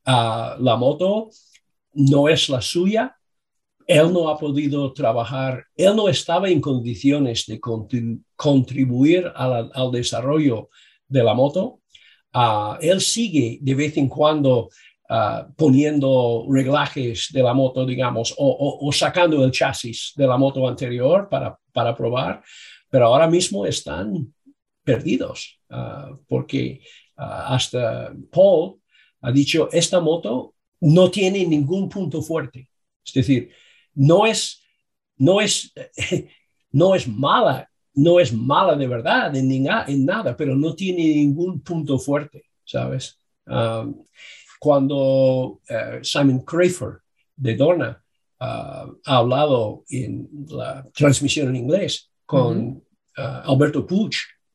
Uh, la moto no es la suya. Él no ha podido trabajar, él no estaba en condiciones de contribu- contribuir a la, al desarrollo de la moto. Uh, él sigue de vez en cuando uh, poniendo reglajes de la moto, digamos, o, o, o sacando el chasis de la moto anterior para, para probar, pero ahora mismo están perdidos uh, porque uh, hasta Paul ha dicho, esta moto no tiene ningún punto fuerte. Es decir, no es, no es, no es mala, no es mala de verdad en, en nada, pero no tiene ningún punto fuerte, ¿sabes? Um, cuando uh, Simon Crafer de Dorna uh, ha hablado en la transmisión en inglés con uh-huh. uh, Alberto Puig,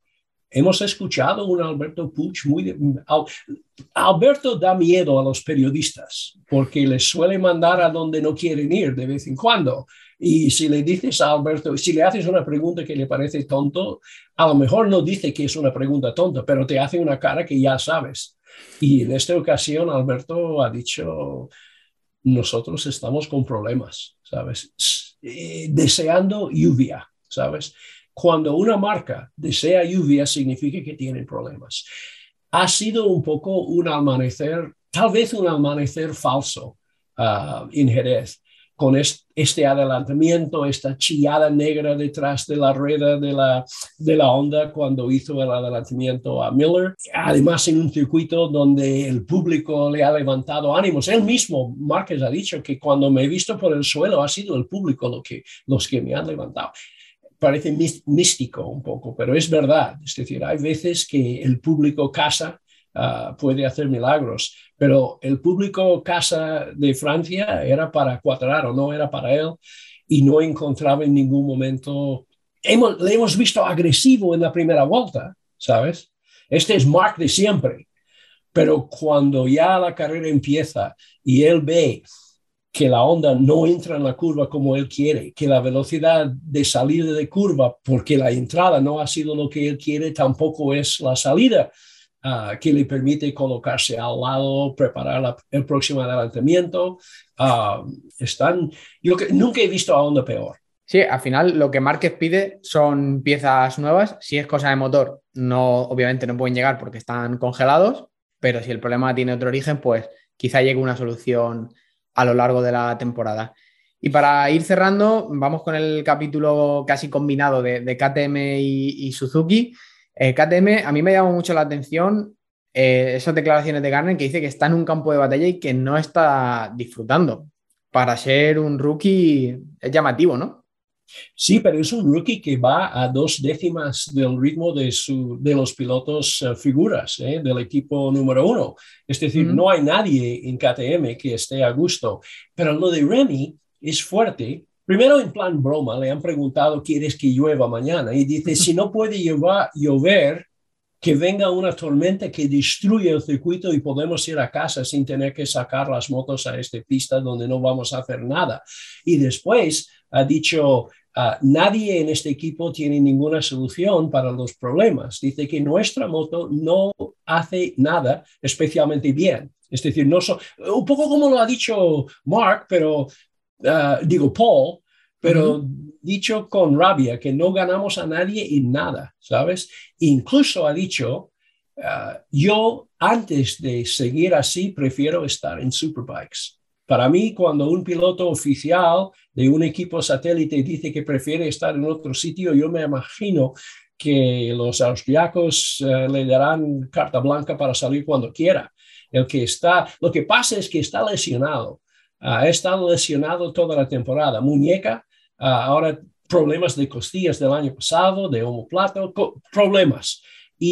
hemos escuchado un Alberto Puig muy... De, Al, Alberto da miedo a los periodistas porque les suele mandar a donde no quieren ir de vez en cuando. Y si le dices a Alberto, si le haces una pregunta que le parece tonto, a lo mejor no dice que es una pregunta tonta, pero te hace una cara que ya sabes. Y en esta ocasión Alberto ha dicho, nosotros estamos con problemas, ¿sabes? Eh, deseando lluvia, ¿sabes? Cuando una marca desea lluvia, significa que tienen problemas. Ha sido un poco un amanecer, tal vez un amanecer falso uh, en Jerez, con est- este adelantamiento, esta chillada negra detrás de la rueda de la, de la Honda cuando hizo el adelantamiento a Miller. Además, en un circuito donde el público le ha levantado ánimos. Él mismo, Márquez, ha dicho que cuando me he visto por el suelo ha sido el público lo que, los que me han levantado. Parece místico un poco, pero es verdad. Es decir, hay veces que el público casa uh, puede hacer milagros, pero el público casa de Francia era para Quartararo, no era para él, y no encontraba en ningún momento... Hemos, le hemos visto agresivo en la primera vuelta, ¿sabes? Este es Marc de siempre, pero cuando ya la carrera empieza y él ve que la Honda no entra en la curva como él quiere, que la velocidad de salida de curva, porque la entrada no ha sido lo que él quiere, tampoco es la salida uh, que le permite colocarse al lado, preparar la, el próximo adelantamiento. Uh, están, yo que, nunca he visto a Honda peor. Sí, al final lo que Márquez pide son piezas nuevas. Si es cosa de motor, no, obviamente no pueden llegar porque están congelados, pero si el problema tiene otro origen, pues quizá llegue una solución a lo largo de la temporada. Y para ir cerrando, vamos con el capítulo casi combinado de, de K T M y, y Suzuki. Eh, K T M, a mí me llamó mucho la atención eh, esas declaraciones de Garner que dice que está en un campo de batalla y que no está disfrutando. Para ser un rookie es llamativo, ¿no? Sí, pero es un rookie que va a dos décimas del ritmo de, su, de los pilotos uh, figuras ¿eh? del equipo número uno. Es decir, mm. no hay nadie en K T M que esté a gusto. Pero lo de Remy es fuerte. Primero, en plan broma, le han preguntado, ¿quieres que llueva mañana? Y dice, si no puede llevar, llover, que venga una tormenta que destruya el circuito y podemos ir a casa sin tener que sacar las motos a esta pista donde no vamos a hacer nada. Y después ha dicho... Uh, nadie en este equipo tiene ninguna solución para los problemas. Dice que nuestra moto no hace nada especialmente bien. Es decir, no so, un poco como lo ha dicho Mark, pero uh, digo Paul, pero uh-huh. dicho con rabia, que no ganamos a nadie en nada, ¿sabes? Incluso ha dicho, uh, yo antes de seguir así prefiero estar en Superbikes. Para mí, cuando un piloto oficial de un equipo satélite dice que prefiere estar en otro sitio, yo me imagino que los austriacos uh, le darán carta blanca para salir cuando quiera. El que está, lo que pasa es que está lesionado. Uh, ha estado lesionado toda la temporada. Muñeca, uh, ahora problemas de costillas del año pasado, de omoplato, problemas.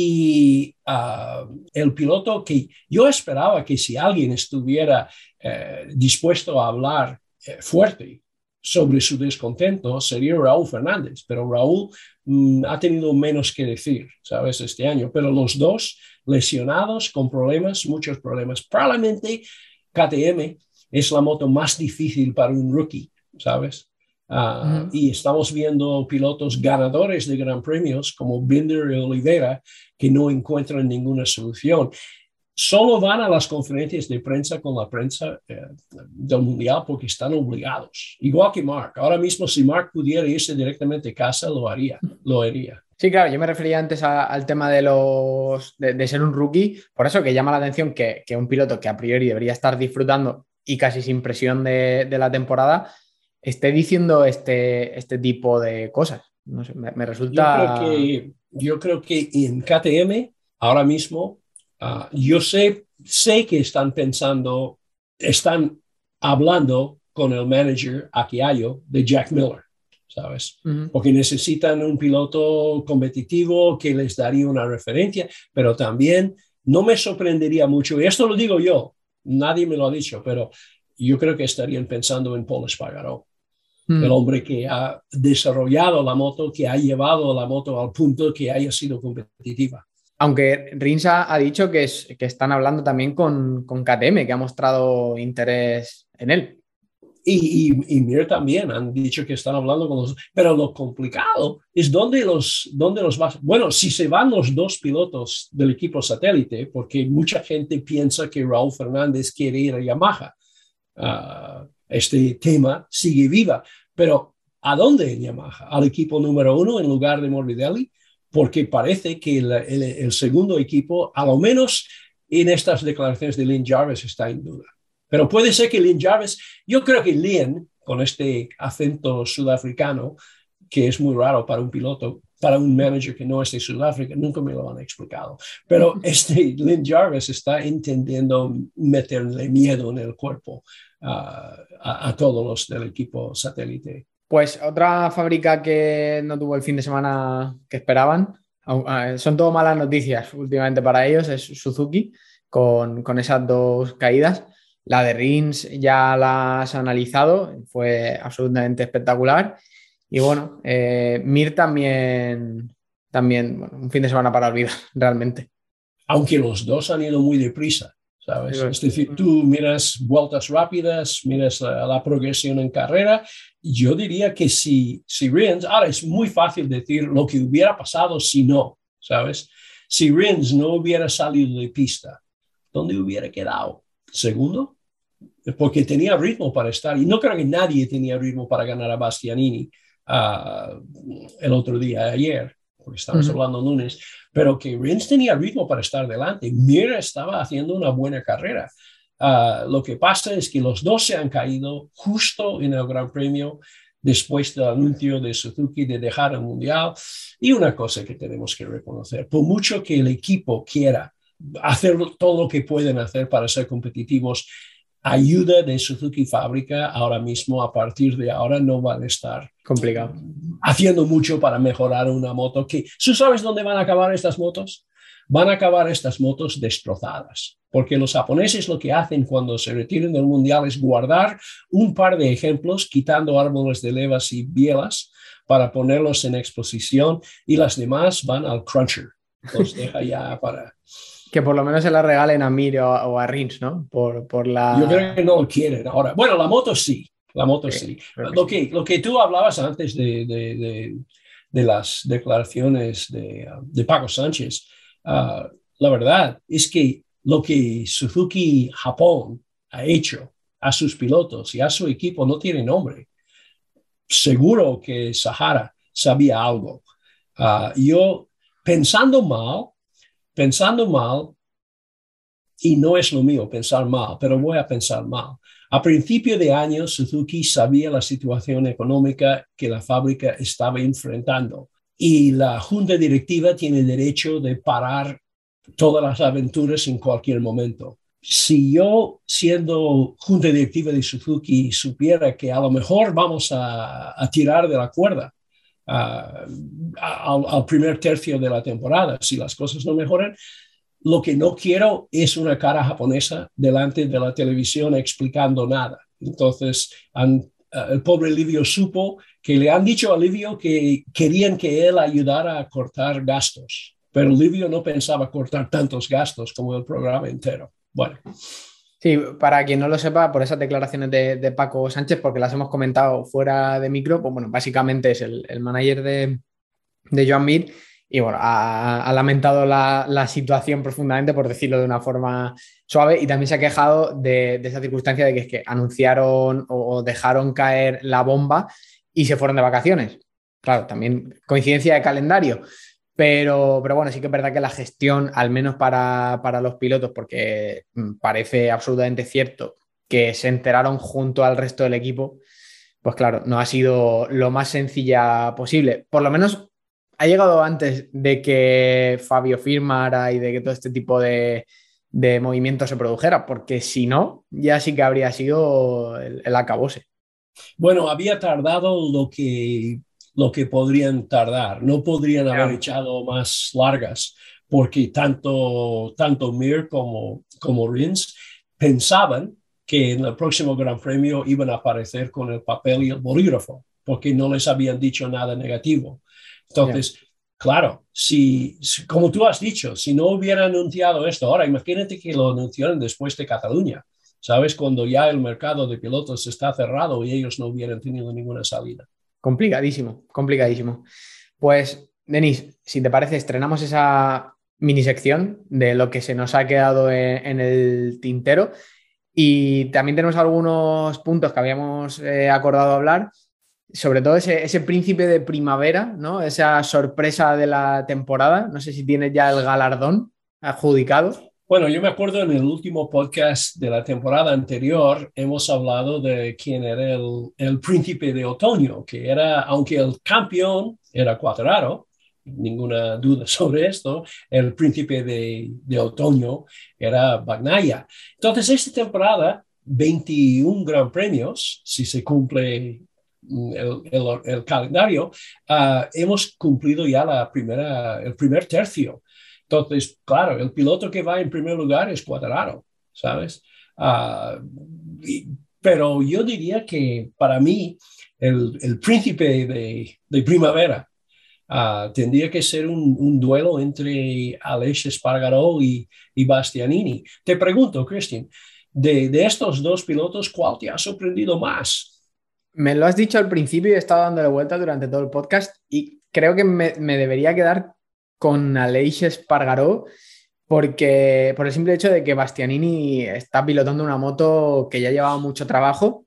Y uh, el piloto que yo esperaba que si alguien estuviera eh, dispuesto a hablar eh, fuerte sobre su descontento sería Raúl Fernández, pero Raúl mm, ha tenido menos que decir, ¿sabes? Este año, pero los dos lesionados con problemas, muchos problemas. Probablemente K T M es la moto más difícil para un rookie, ¿sabes? Uh, uh-huh. Y estamos viendo pilotos ganadores de gran premios como Binder y Oliveira que no encuentran ninguna solución. solo van a las conferencias de prensa con la prensa eh, del Mundial porque están obligados. Igual que Mark. Ahora mismo, si Mark pudiera irse directamente a casa, lo haría. Lo haría. Sí, claro, yo me refería antes a, al tema de los de, de ser un rookie, por eso que llama la atención que, que un piloto que a priori debería estar disfrutando y casi sin presión de, de la temporada esté diciendo este, este tipo de cosas. No sé, me, me resulta... Yo creo que, yo creo que en K T M, ahora mismo, uh, yo sé, sé que están pensando, están hablando con el manager Akiayo de Jack Miller, ¿sabes? Uh-huh. Porque necesitan un piloto competitivo que les daría una referencia, pero también no me sorprendería mucho, y esto lo digo yo, nadie me lo ha dicho, pero yo creo que estarían pensando en Pol Espargaró. Mm. El hombre que ha desarrollado la moto, que ha llevado la moto al punto que haya sido competitiva. Aunque Rins ha, ha dicho que, es, que están hablando también con, con K T M, que ha mostrado interés en él. Y, y, y Mir también han dicho que están hablando con los... Pero lo complicado es dónde los, dónde los va... Bueno, si se van los dos pilotos del equipo satélite, porque mucha gente piensa que Raúl Fernández quiere ir a Yamaha. Uh, este tema sigue viva, pero ¿a dónde en Yamaha? ¿Al equipo número uno en lugar de Morbidelli? Porque parece que el, el, el segundo equipo, a lo menos en estas declaraciones de Lynn Jarvis, está en duda. Pero puede ser que Lynn Jarvis, yo creo que Lynn, con este acento sudafricano, que es muy raro para un piloto, para un manager que no es de Sudáfrica, nunca me lo han explicado. Pero este Lynn Jarvis está entendiendo meterle miedo en el cuerpo uh, a, a todos los del equipo satélite. Pues otra fábrica que no tuvo el fin de semana que esperaban, son todo malas noticias últimamente para ellos, es Suzuki, con, con esas dos caídas. La de Rins ya la has analizado, fue absolutamente espectacular. Y bueno, eh, Mir también, también bueno, un fin de semana para olvidar, realmente. Aunque los dos han ido muy deprisa, ¿sabes? Sí, es decir, tú miras vueltas rápidas, miras la, la progresión en carrera. Yo diría que si, si Rins, ahora es muy fácil decir lo que hubiera pasado si no, ¿sabes? Si Rins no hubiera salido de pista, ¿dónde hubiera quedado? ¿Segundo? Porque tenía ritmo para estar, y no creo que nadie tenía ritmo para ganar a Bastianini. Uh, el otro día, ayer, porque estamos uh-huh. hablando lunes, pero que Rins tenía ritmo para estar delante. Mir estaba haciendo una buena carrera. Uh, lo que pasa es que los dos se han caído justo en el Gran Premio después del anuncio de Suzuki de dejar el Mundial. Y una cosa que tenemos que reconocer, por mucho que el equipo quiera hacer todo lo que pueden hacer para ser competitivos, ayuda de Suzuki Fábrica ahora mismo, a partir de ahora, no van a estar complicado haciendo mucho para mejorar una moto que... ¿Tú sabes dónde van a acabar estas motos? Van a acabar estas motos destrozadas, porque los japoneses lo que hacen cuando se retiran del Mundial es guardar un par de ejemplos, quitando árboles de levas y bielas, para ponerlos en exposición, y las demás van al cruncher. Los deja ya para... Que por lo menos se la regalen a Mir o, o a Rins, ¿no? Por, por la... Yo creo que no lo quieren ahora. Bueno, la moto sí, la moto sí. sí. Lo, que, sí. lo que tú hablabas antes de, de, de, de las declaraciones de, de Paco Sánchez, uh, la verdad es que lo que Suzuki Japón ha hecho a sus pilotos y a su equipo no tiene nombre. Seguro que Sahara sabía algo. Uh, yo, pensando mal, Pensando mal, y no es lo mío pensar mal, pero voy a pensar mal. A principio de año, Suzuki sabía la situación económica que la fábrica estaba enfrentando, y la junta directiva tiene derecho de parar todas las aventuras en cualquier momento. Si yo, siendo junta directiva de Suzuki, supiera que a lo mejor vamos a, a tirar de la cuerda, Uh, al, al primer tercio de la temporada, si las cosas no mejoran, lo que no quiero es una cara japonesa delante de la televisión explicando nada. Entonces, han, uh, el pobre Livio supo que le han dicho a Livio que querían que él ayudara a cortar gastos, pero Livio no pensaba cortar tantos gastos como el programa entero. Bueno. Sí, para quien no lo sepa, por esas declaraciones de, de Paco Sánchez, porque las hemos comentado fuera de micro, pues bueno, básicamente es el, el manager de, de Joan Mir, y bueno, ha, ha lamentado la, la situación profundamente, por decirlo de una forma suave, y también se ha quejado de, de esa circunstancia de que es que anunciaron o, o dejaron caer la bomba y se fueron de vacaciones. Claro, también coincidencia de calendario. Pero, pero bueno, sí que es verdad que la gestión, al menos para, para los pilotos, porque parece absolutamente cierto que se enteraron junto al resto del equipo, pues claro, no ha sido lo más sencilla posible. Por lo menos ha llegado antes de que Fabio firmara y de que todo este tipo de, de movimientos se produjera, porque si no, ya sí que habría sido el, el acabose. Bueno, había tardado lo que, lo que podrían tardar. No podrían haber echado más largas, porque tanto, tanto Mir como, como Rins pensaban que en el próximo Gran Premio iban a aparecer con el papel y el bolígrafo, porque no les habían dicho nada negativo. Entonces, yeah. claro, si, como tú has dicho, si no hubieran anunciado esto, ahora imagínate que lo anunciaron después de Cataluña, ¿sabes? Cuando ya el mercado de pilotos está cerrado y ellos no hubieran tenido ninguna salida. Complicadísimo, complicadísimo. Pues, Denis, si te parece, estrenamos esa mini sección de lo que se nos ha quedado en, en el tintero y también tenemos algunos puntos que habíamos eh, acordado hablar, sobre todo ese, ese príncipe de primavera, ¿no? Esa sorpresa de la temporada. No sé si tienes ya el galardón adjudicado. Bueno, yo me acuerdo en el último podcast de la temporada anterior, hemos hablado de quién era el, el príncipe de otoño, que era, aunque el campeón era Quartararo, ninguna duda sobre esto, el príncipe de, de otoño era Bagnaia. Entonces, esta temporada, veintiún gran premios, si se cumple el, el, el calendario, uh, hemos cumplido ya la primera, el primer tercio. Entonces, claro, el piloto que va en primer lugar es Quartararo, ¿sabes? Uh, y, pero yo diría que para mí el, el príncipe de, de primavera uh, tendría que ser un, un duelo entre Aleix Espargaró y, y Bastianini. Te pregunto, Christian, de, de estos dos pilotos, ¿cuál te ha sorprendido más? Me lo has dicho al principio y he estado dándole vuelta durante todo el podcast y creo que me, me debería quedar con Aleix Espargaró porque por el simple hecho de que Bastianini está pilotando una moto que ya llevaba mucho trabajo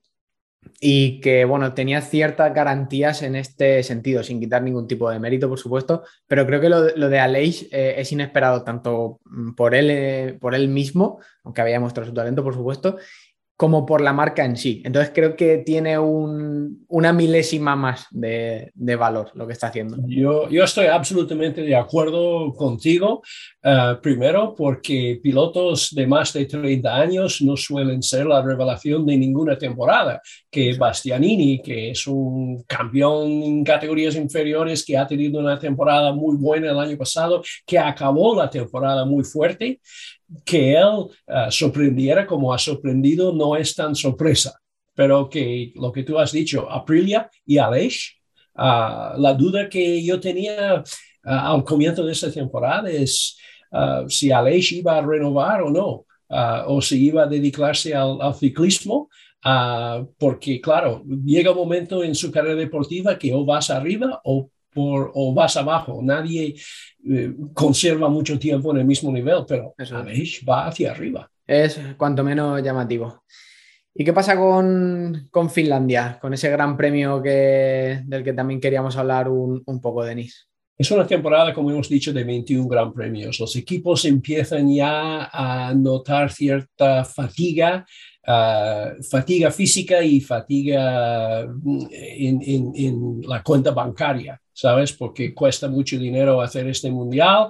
y que, bueno, tenía ciertas garantías en este sentido, sin quitar ningún tipo de mérito, por supuesto, pero creo que lo, lo de Aleix eh, es inesperado tanto por él, eh, por él mismo, aunque había mostrado su talento, por supuesto, como por la marca en sí. Entonces creo que tiene un, una milésima más de, de valor lo que está haciendo. Yo, yo estoy absolutamente de acuerdo contigo. Uh, primero, porque pilotos de más de treinta años no suelen ser la revelación de ninguna temporada. Que Bastianini, que es un campeón en categorías inferiores, que ha tenido una temporada muy buena el año pasado, que acabó la temporada muy fuerte, que él uh, sorprendiera como ha sorprendido no es tan sorpresa, pero que lo que tú has dicho, Aprilia y Aleix, uh, la duda que yo tenía uh, al comienzo de esta temporada es uh, si Aleix iba a renovar o no, uh, o si iba a dedicarse al, al ciclismo, uh, porque claro, llega un momento en su carrera deportiva que o vas arriba o Por, o vas abajo. Nadie eh, conserva mucho tiempo en el mismo nivel, pero Aleix va hacia arriba. Es cuanto menos llamativo. ¿Y qué pasa con, con Finlandia? Con ese gran premio que, del que también queríamos hablar un, un poco, Denis. Es una temporada, como hemos dicho, de veintiún gran premios. Los equipos empiezan ya a notar cierta fatiga, uh, fatiga física y fatiga en, en, en la cuenta bancaria, ¿sabes? Porque cuesta mucho dinero hacer este mundial.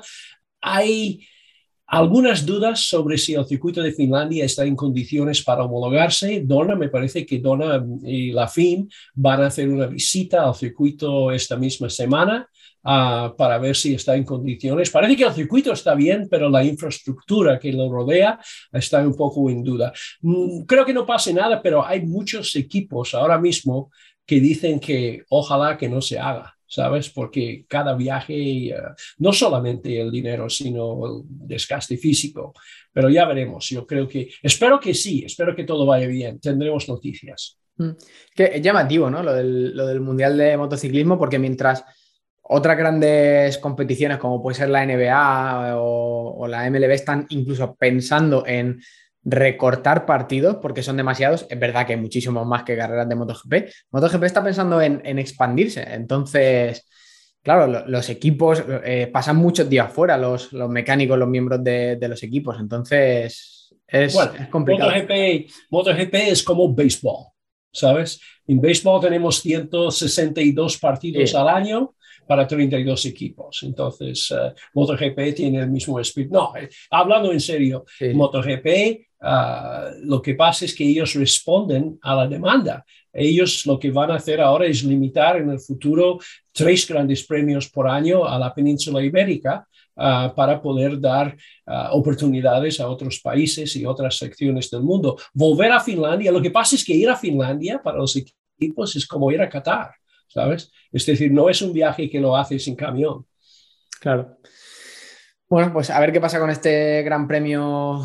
Hay algunas dudas sobre si el circuito de Finlandia está en condiciones para homologarse. Dorna, me parece que Dorna y la F I M van a hacer una visita al circuito esta misma semana uh, para ver si está en condiciones. Parece que el circuito está bien, pero la infraestructura que lo rodea está un poco en duda. Mm, creo que no pase nada, pero hay muchos equipos ahora mismo que dicen que ojalá que no se haga, ¿sabes? Porque cada viaje, uh, no solamente el dinero, sino el desgaste físico. Pero ya veremos. Yo creo que, espero que sí, espero que todo vaya bien. Tendremos noticias. Que es llamativo, ¿no? Lo del, lo del Mundial de Motociclismo, porque mientras otras grandes competiciones como puede ser la N B A o, o la M L B están incluso pensando en recortar partidos porque son demasiados. Es verdad que hay muchísimos más que carreras de MotoGP. MotoGP está pensando en, en expandirse. Entonces, claro, lo, los equipos eh, pasan muchos días fuera, los, los mecánicos, los miembros de, de los equipos. Entonces, es, bueno, es complicado. MotoGP, MotoGP es como béisbol, ¿sabes? En béisbol tenemos ciento sesenta y dos partidos Sí. al año para treinta y dos equipos. Entonces, uh, MotoGP tiene el mismo espíritu. No, eh, hablando en serio, Sí. MotoGP, uh, lo que pasa es que ellos responden a la demanda. Ellos lo que van a hacer ahora es limitar en el futuro tres grandes premios por año a la península ibérica uh, para poder dar uh, oportunidades a otros países y otras secciones del mundo. Volver a Finlandia, lo que pasa es que ir a Finlandia para los equipos es como ir a Qatar, ¿sabes? Es decir, no es un viaje que lo haces en camión. Claro. Bueno, pues a ver qué pasa con este gran premio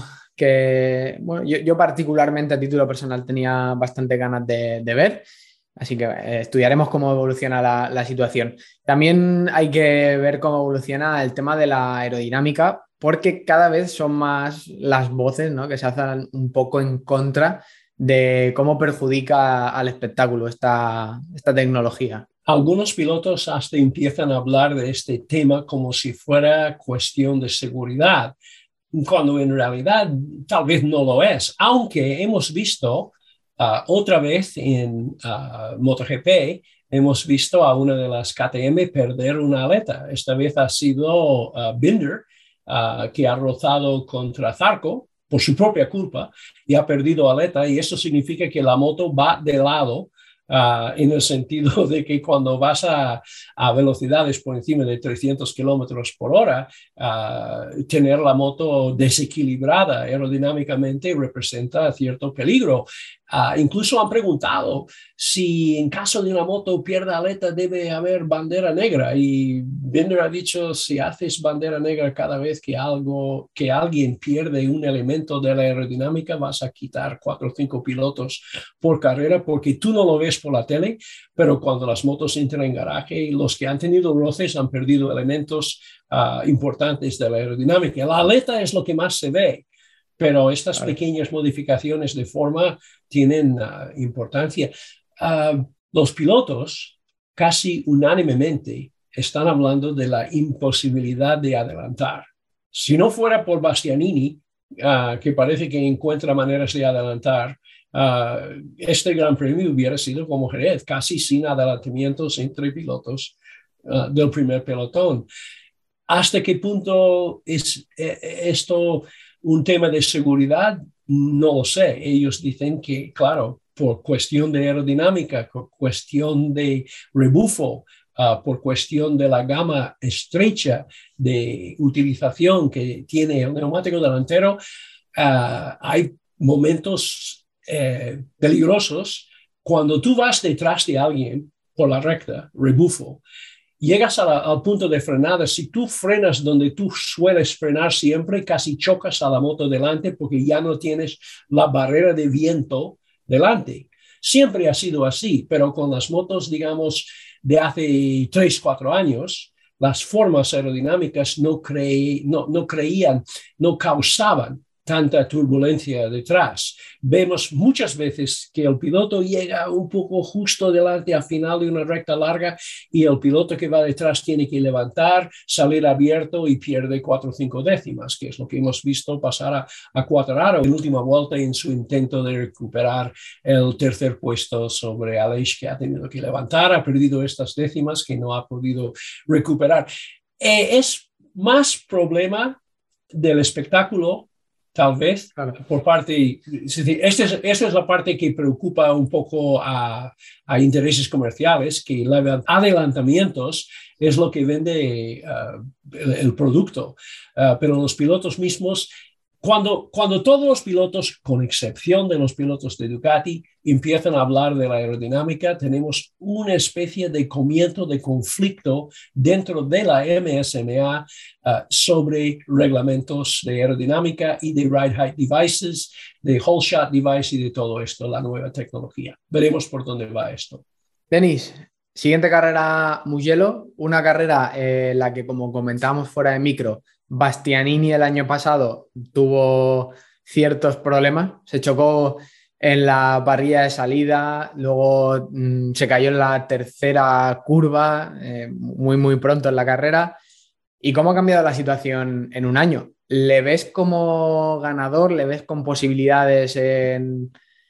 que, bueno, yo, yo particularmente a título personal tenía bastante ganas de, de ver, así que eh, estudiaremos cómo evoluciona la, la situación. También hay que ver cómo evoluciona el tema de la aerodinámica, porque cada vez son más las voces, ¿no?, que se hacen un poco en contra de cómo perjudica al espectáculo esta, esta tecnología. Algunos pilotos hasta empiezan a hablar de este tema como si fuera cuestión de seguridad, cuando en realidad tal vez no lo es, aunque hemos visto uh, otra vez en uh, MotoGP, hemos visto a una de las K T M perder una aleta. Esta vez ha sido uh, Binder, uh, que ha rozado contra Zarco por su propia culpa y ha perdido aleta, y eso significa que la moto va de lado. Uh, en el sentido de que cuando vas a, a velocidades por encima de trescientos kilómetros por hora, uh, tener la moto desequilibrada aerodinámicamente representa cierto peligro. Uh, incluso han preguntado si en caso de una moto pierda aleta debe haber bandera negra, y Binder ha dicho: si haces bandera negra cada vez que, algo, que alguien pierde un elemento de la aerodinámica, vas a quitar cuatro o cinco pilotos por carrera, porque tú no lo ves por la tele, pero cuando las motos entran en garaje, los que han tenido roces han perdido elementos uh, importantes de la aerodinámica. La aleta es lo que más se ve, pero estas vale. pequeñas modificaciones de forma tienen uh, importancia. Uh, los pilotos casi unánimemente están hablando de la imposibilidad de adelantar. Si no fuera por Bastianini, uh, que parece que encuentra maneras de adelantar, Uh, este gran premio hubiera sido como Jerez, casi sin adelantamientos entre pilotos uh, del primer pelotón. ¿Hasta qué punto es eh, esto un tema de seguridad? No lo sé. Ellos dicen que, claro, por cuestión de aerodinámica, por cuestión de rebufo, uh, por cuestión de la gama estrecha de utilización que tiene el neumático delantero, uh, hay momentos Eh, peligrosos cuando tú vas detrás de alguien por la recta, rebufo, llegas a la, al punto de frenada. Si tú frenas donde tú sueles frenar siempre, casi chocas a la moto delante porque ya no tienes la barrera de viento delante. Siempre ha sido así, pero con las motos, digamos, de hace tres, cuatro años, las formas aerodinámicas no, cre, no, no creían, no causaban tanta turbulencia detrás. Vemos muchas veces que el piloto llega un poco justo delante al final de una recta larga y el piloto que va detrás tiene que levantar, salir abierto y pierde cuatro o cinco décimas, que es lo que hemos visto pasar a, a Quartararo en última vuelta en su intento de recuperar el tercer puesto sobre Aleix, que ha tenido que levantar, ha perdido estas décimas que no ha podido recuperar. Eh, es más problema del espectáculo, tal vez, claro. por parte, es decir, esta es, esta es la parte que preocupa un poco a, a intereses comerciales, que los adelantamientos es lo que vende uh, el, el producto, uh, pero los pilotos mismos, cuando, cuando todos los pilotos, con excepción de los pilotos de Ducati, empiezan a hablar de la aerodinámica, tenemos una especie de comienzo de conflicto dentro de la M S M A uh, sobre reglamentos de aerodinámica y de ride height devices, de whole shot device y de todo esto, la nueva tecnología. Veremos por dónde va esto. Denis, Siguiente carrera, Mugello, una carrera en eh, la que, como comentábamos fuera de micro, Bastianini el año pasado tuvo ciertos problemas, se chocó en la parrilla de salida, luego mmm, se cayó en la tercera curva, eh, muy, muy pronto en la carrera. ¿Y cómo ha cambiado la situación en un año? ¿Le ves como ganador? ¿Le ves con posibilidades en,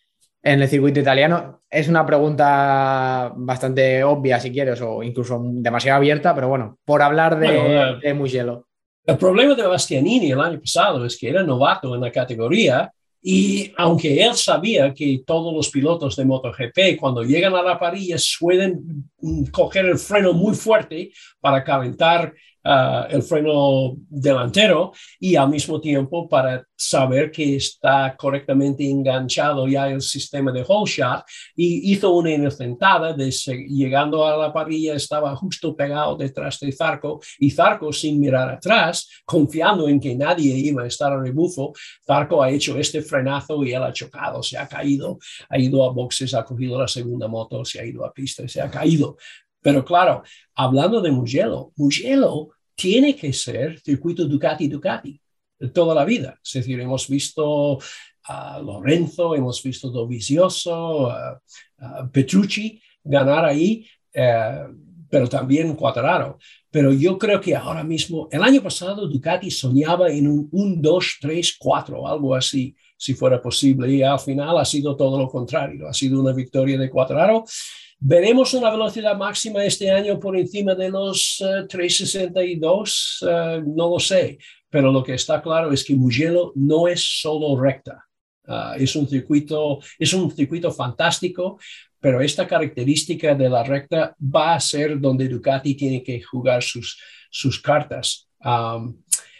en el circuito italiano? Es una pregunta bastante obvia, si quieres, o incluso demasiado abierta, pero bueno, por hablar de, Bueno, uh, de Mugello. El problema de Bastianini el año pasado es que era novato en la categoría y aunque él sabía que todos los pilotos de MotoGP cuando llegan a la parrilla suelen coger el freno muy fuerte para calentar uh, el freno delantero y al mismo tiempo para saber que está correctamente enganchado ya el sistema de hole shot, y hizo una inocentada de llegando a la parrilla estaba justo pegado detrás de Zarco y Zarco, sin mirar atrás, confiando en que nadie iba a estar a rebufo, Zarco ha hecho este frenazo y él ha chocado, se ha caído, ha ido a boxes, ha cogido la segunda moto, se ha ido a pista y se ha caído. Pero claro, hablando de Mugello, Mugello tiene que ser circuito Ducati-Ducati toda la vida. Es decir, hemos visto a Lorenzo, hemos visto Dovizioso, a, a Petrucci ganar ahí, eh, pero también Quartararo. Pero yo creo que ahora mismo, el año pasado Ducati soñaba en un uno, dos, tres, cuatro, algo así, si fuera posible, y al final ha sido todo lo contrario, ha sido una victoria de Quartararo. ¿Veremos una velocidad máxima este año por encima de los uh, tres sesenta y dos? Uh, no lo sé, pero lo que está claro es que Mugello no es solo recta. Uh, es un circuito, es un circuito fantástico, pero esta característica de la recta va a ser donde Ducati tiene que jugar sus, sus cartas. Um,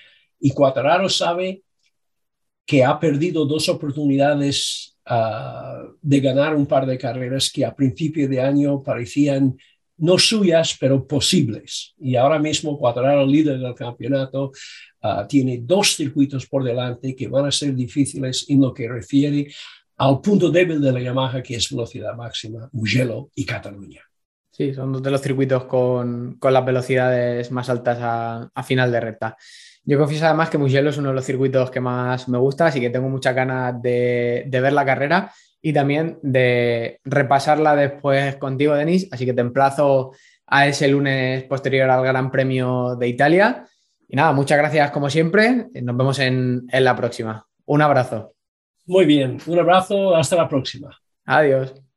y Quartararo sabe que ha perdido dos oportunidades Uh, de ganar un par de carreras que a principio de año parecían no suyas, pero posibles. Y ahora mismo Quartararo, líder del campeonato, uh, tiene dos circuitos por delante que van a ser difíciles en lo que refiere al punto débil de la Yamaha, que es velocidad máxima, Mugello y Cataluña. Sí, son dos de los circuitos con, con las velocidades más altas a, a final de recta. Yo confieso además que Mugello es uno de los circuitos que más me gusta, así que tengo muchas ganas de, de ver la carrera y también de repasarla después contigo, Denis. Así que te emplazo a ese lunes posterior al Gran Premio de Italia. Y nada, muchas gracias como siempre. Nos vemos en, en la próxima. Un abrazo. Muy bien, un abrazo, hasta la próxima. Adiós.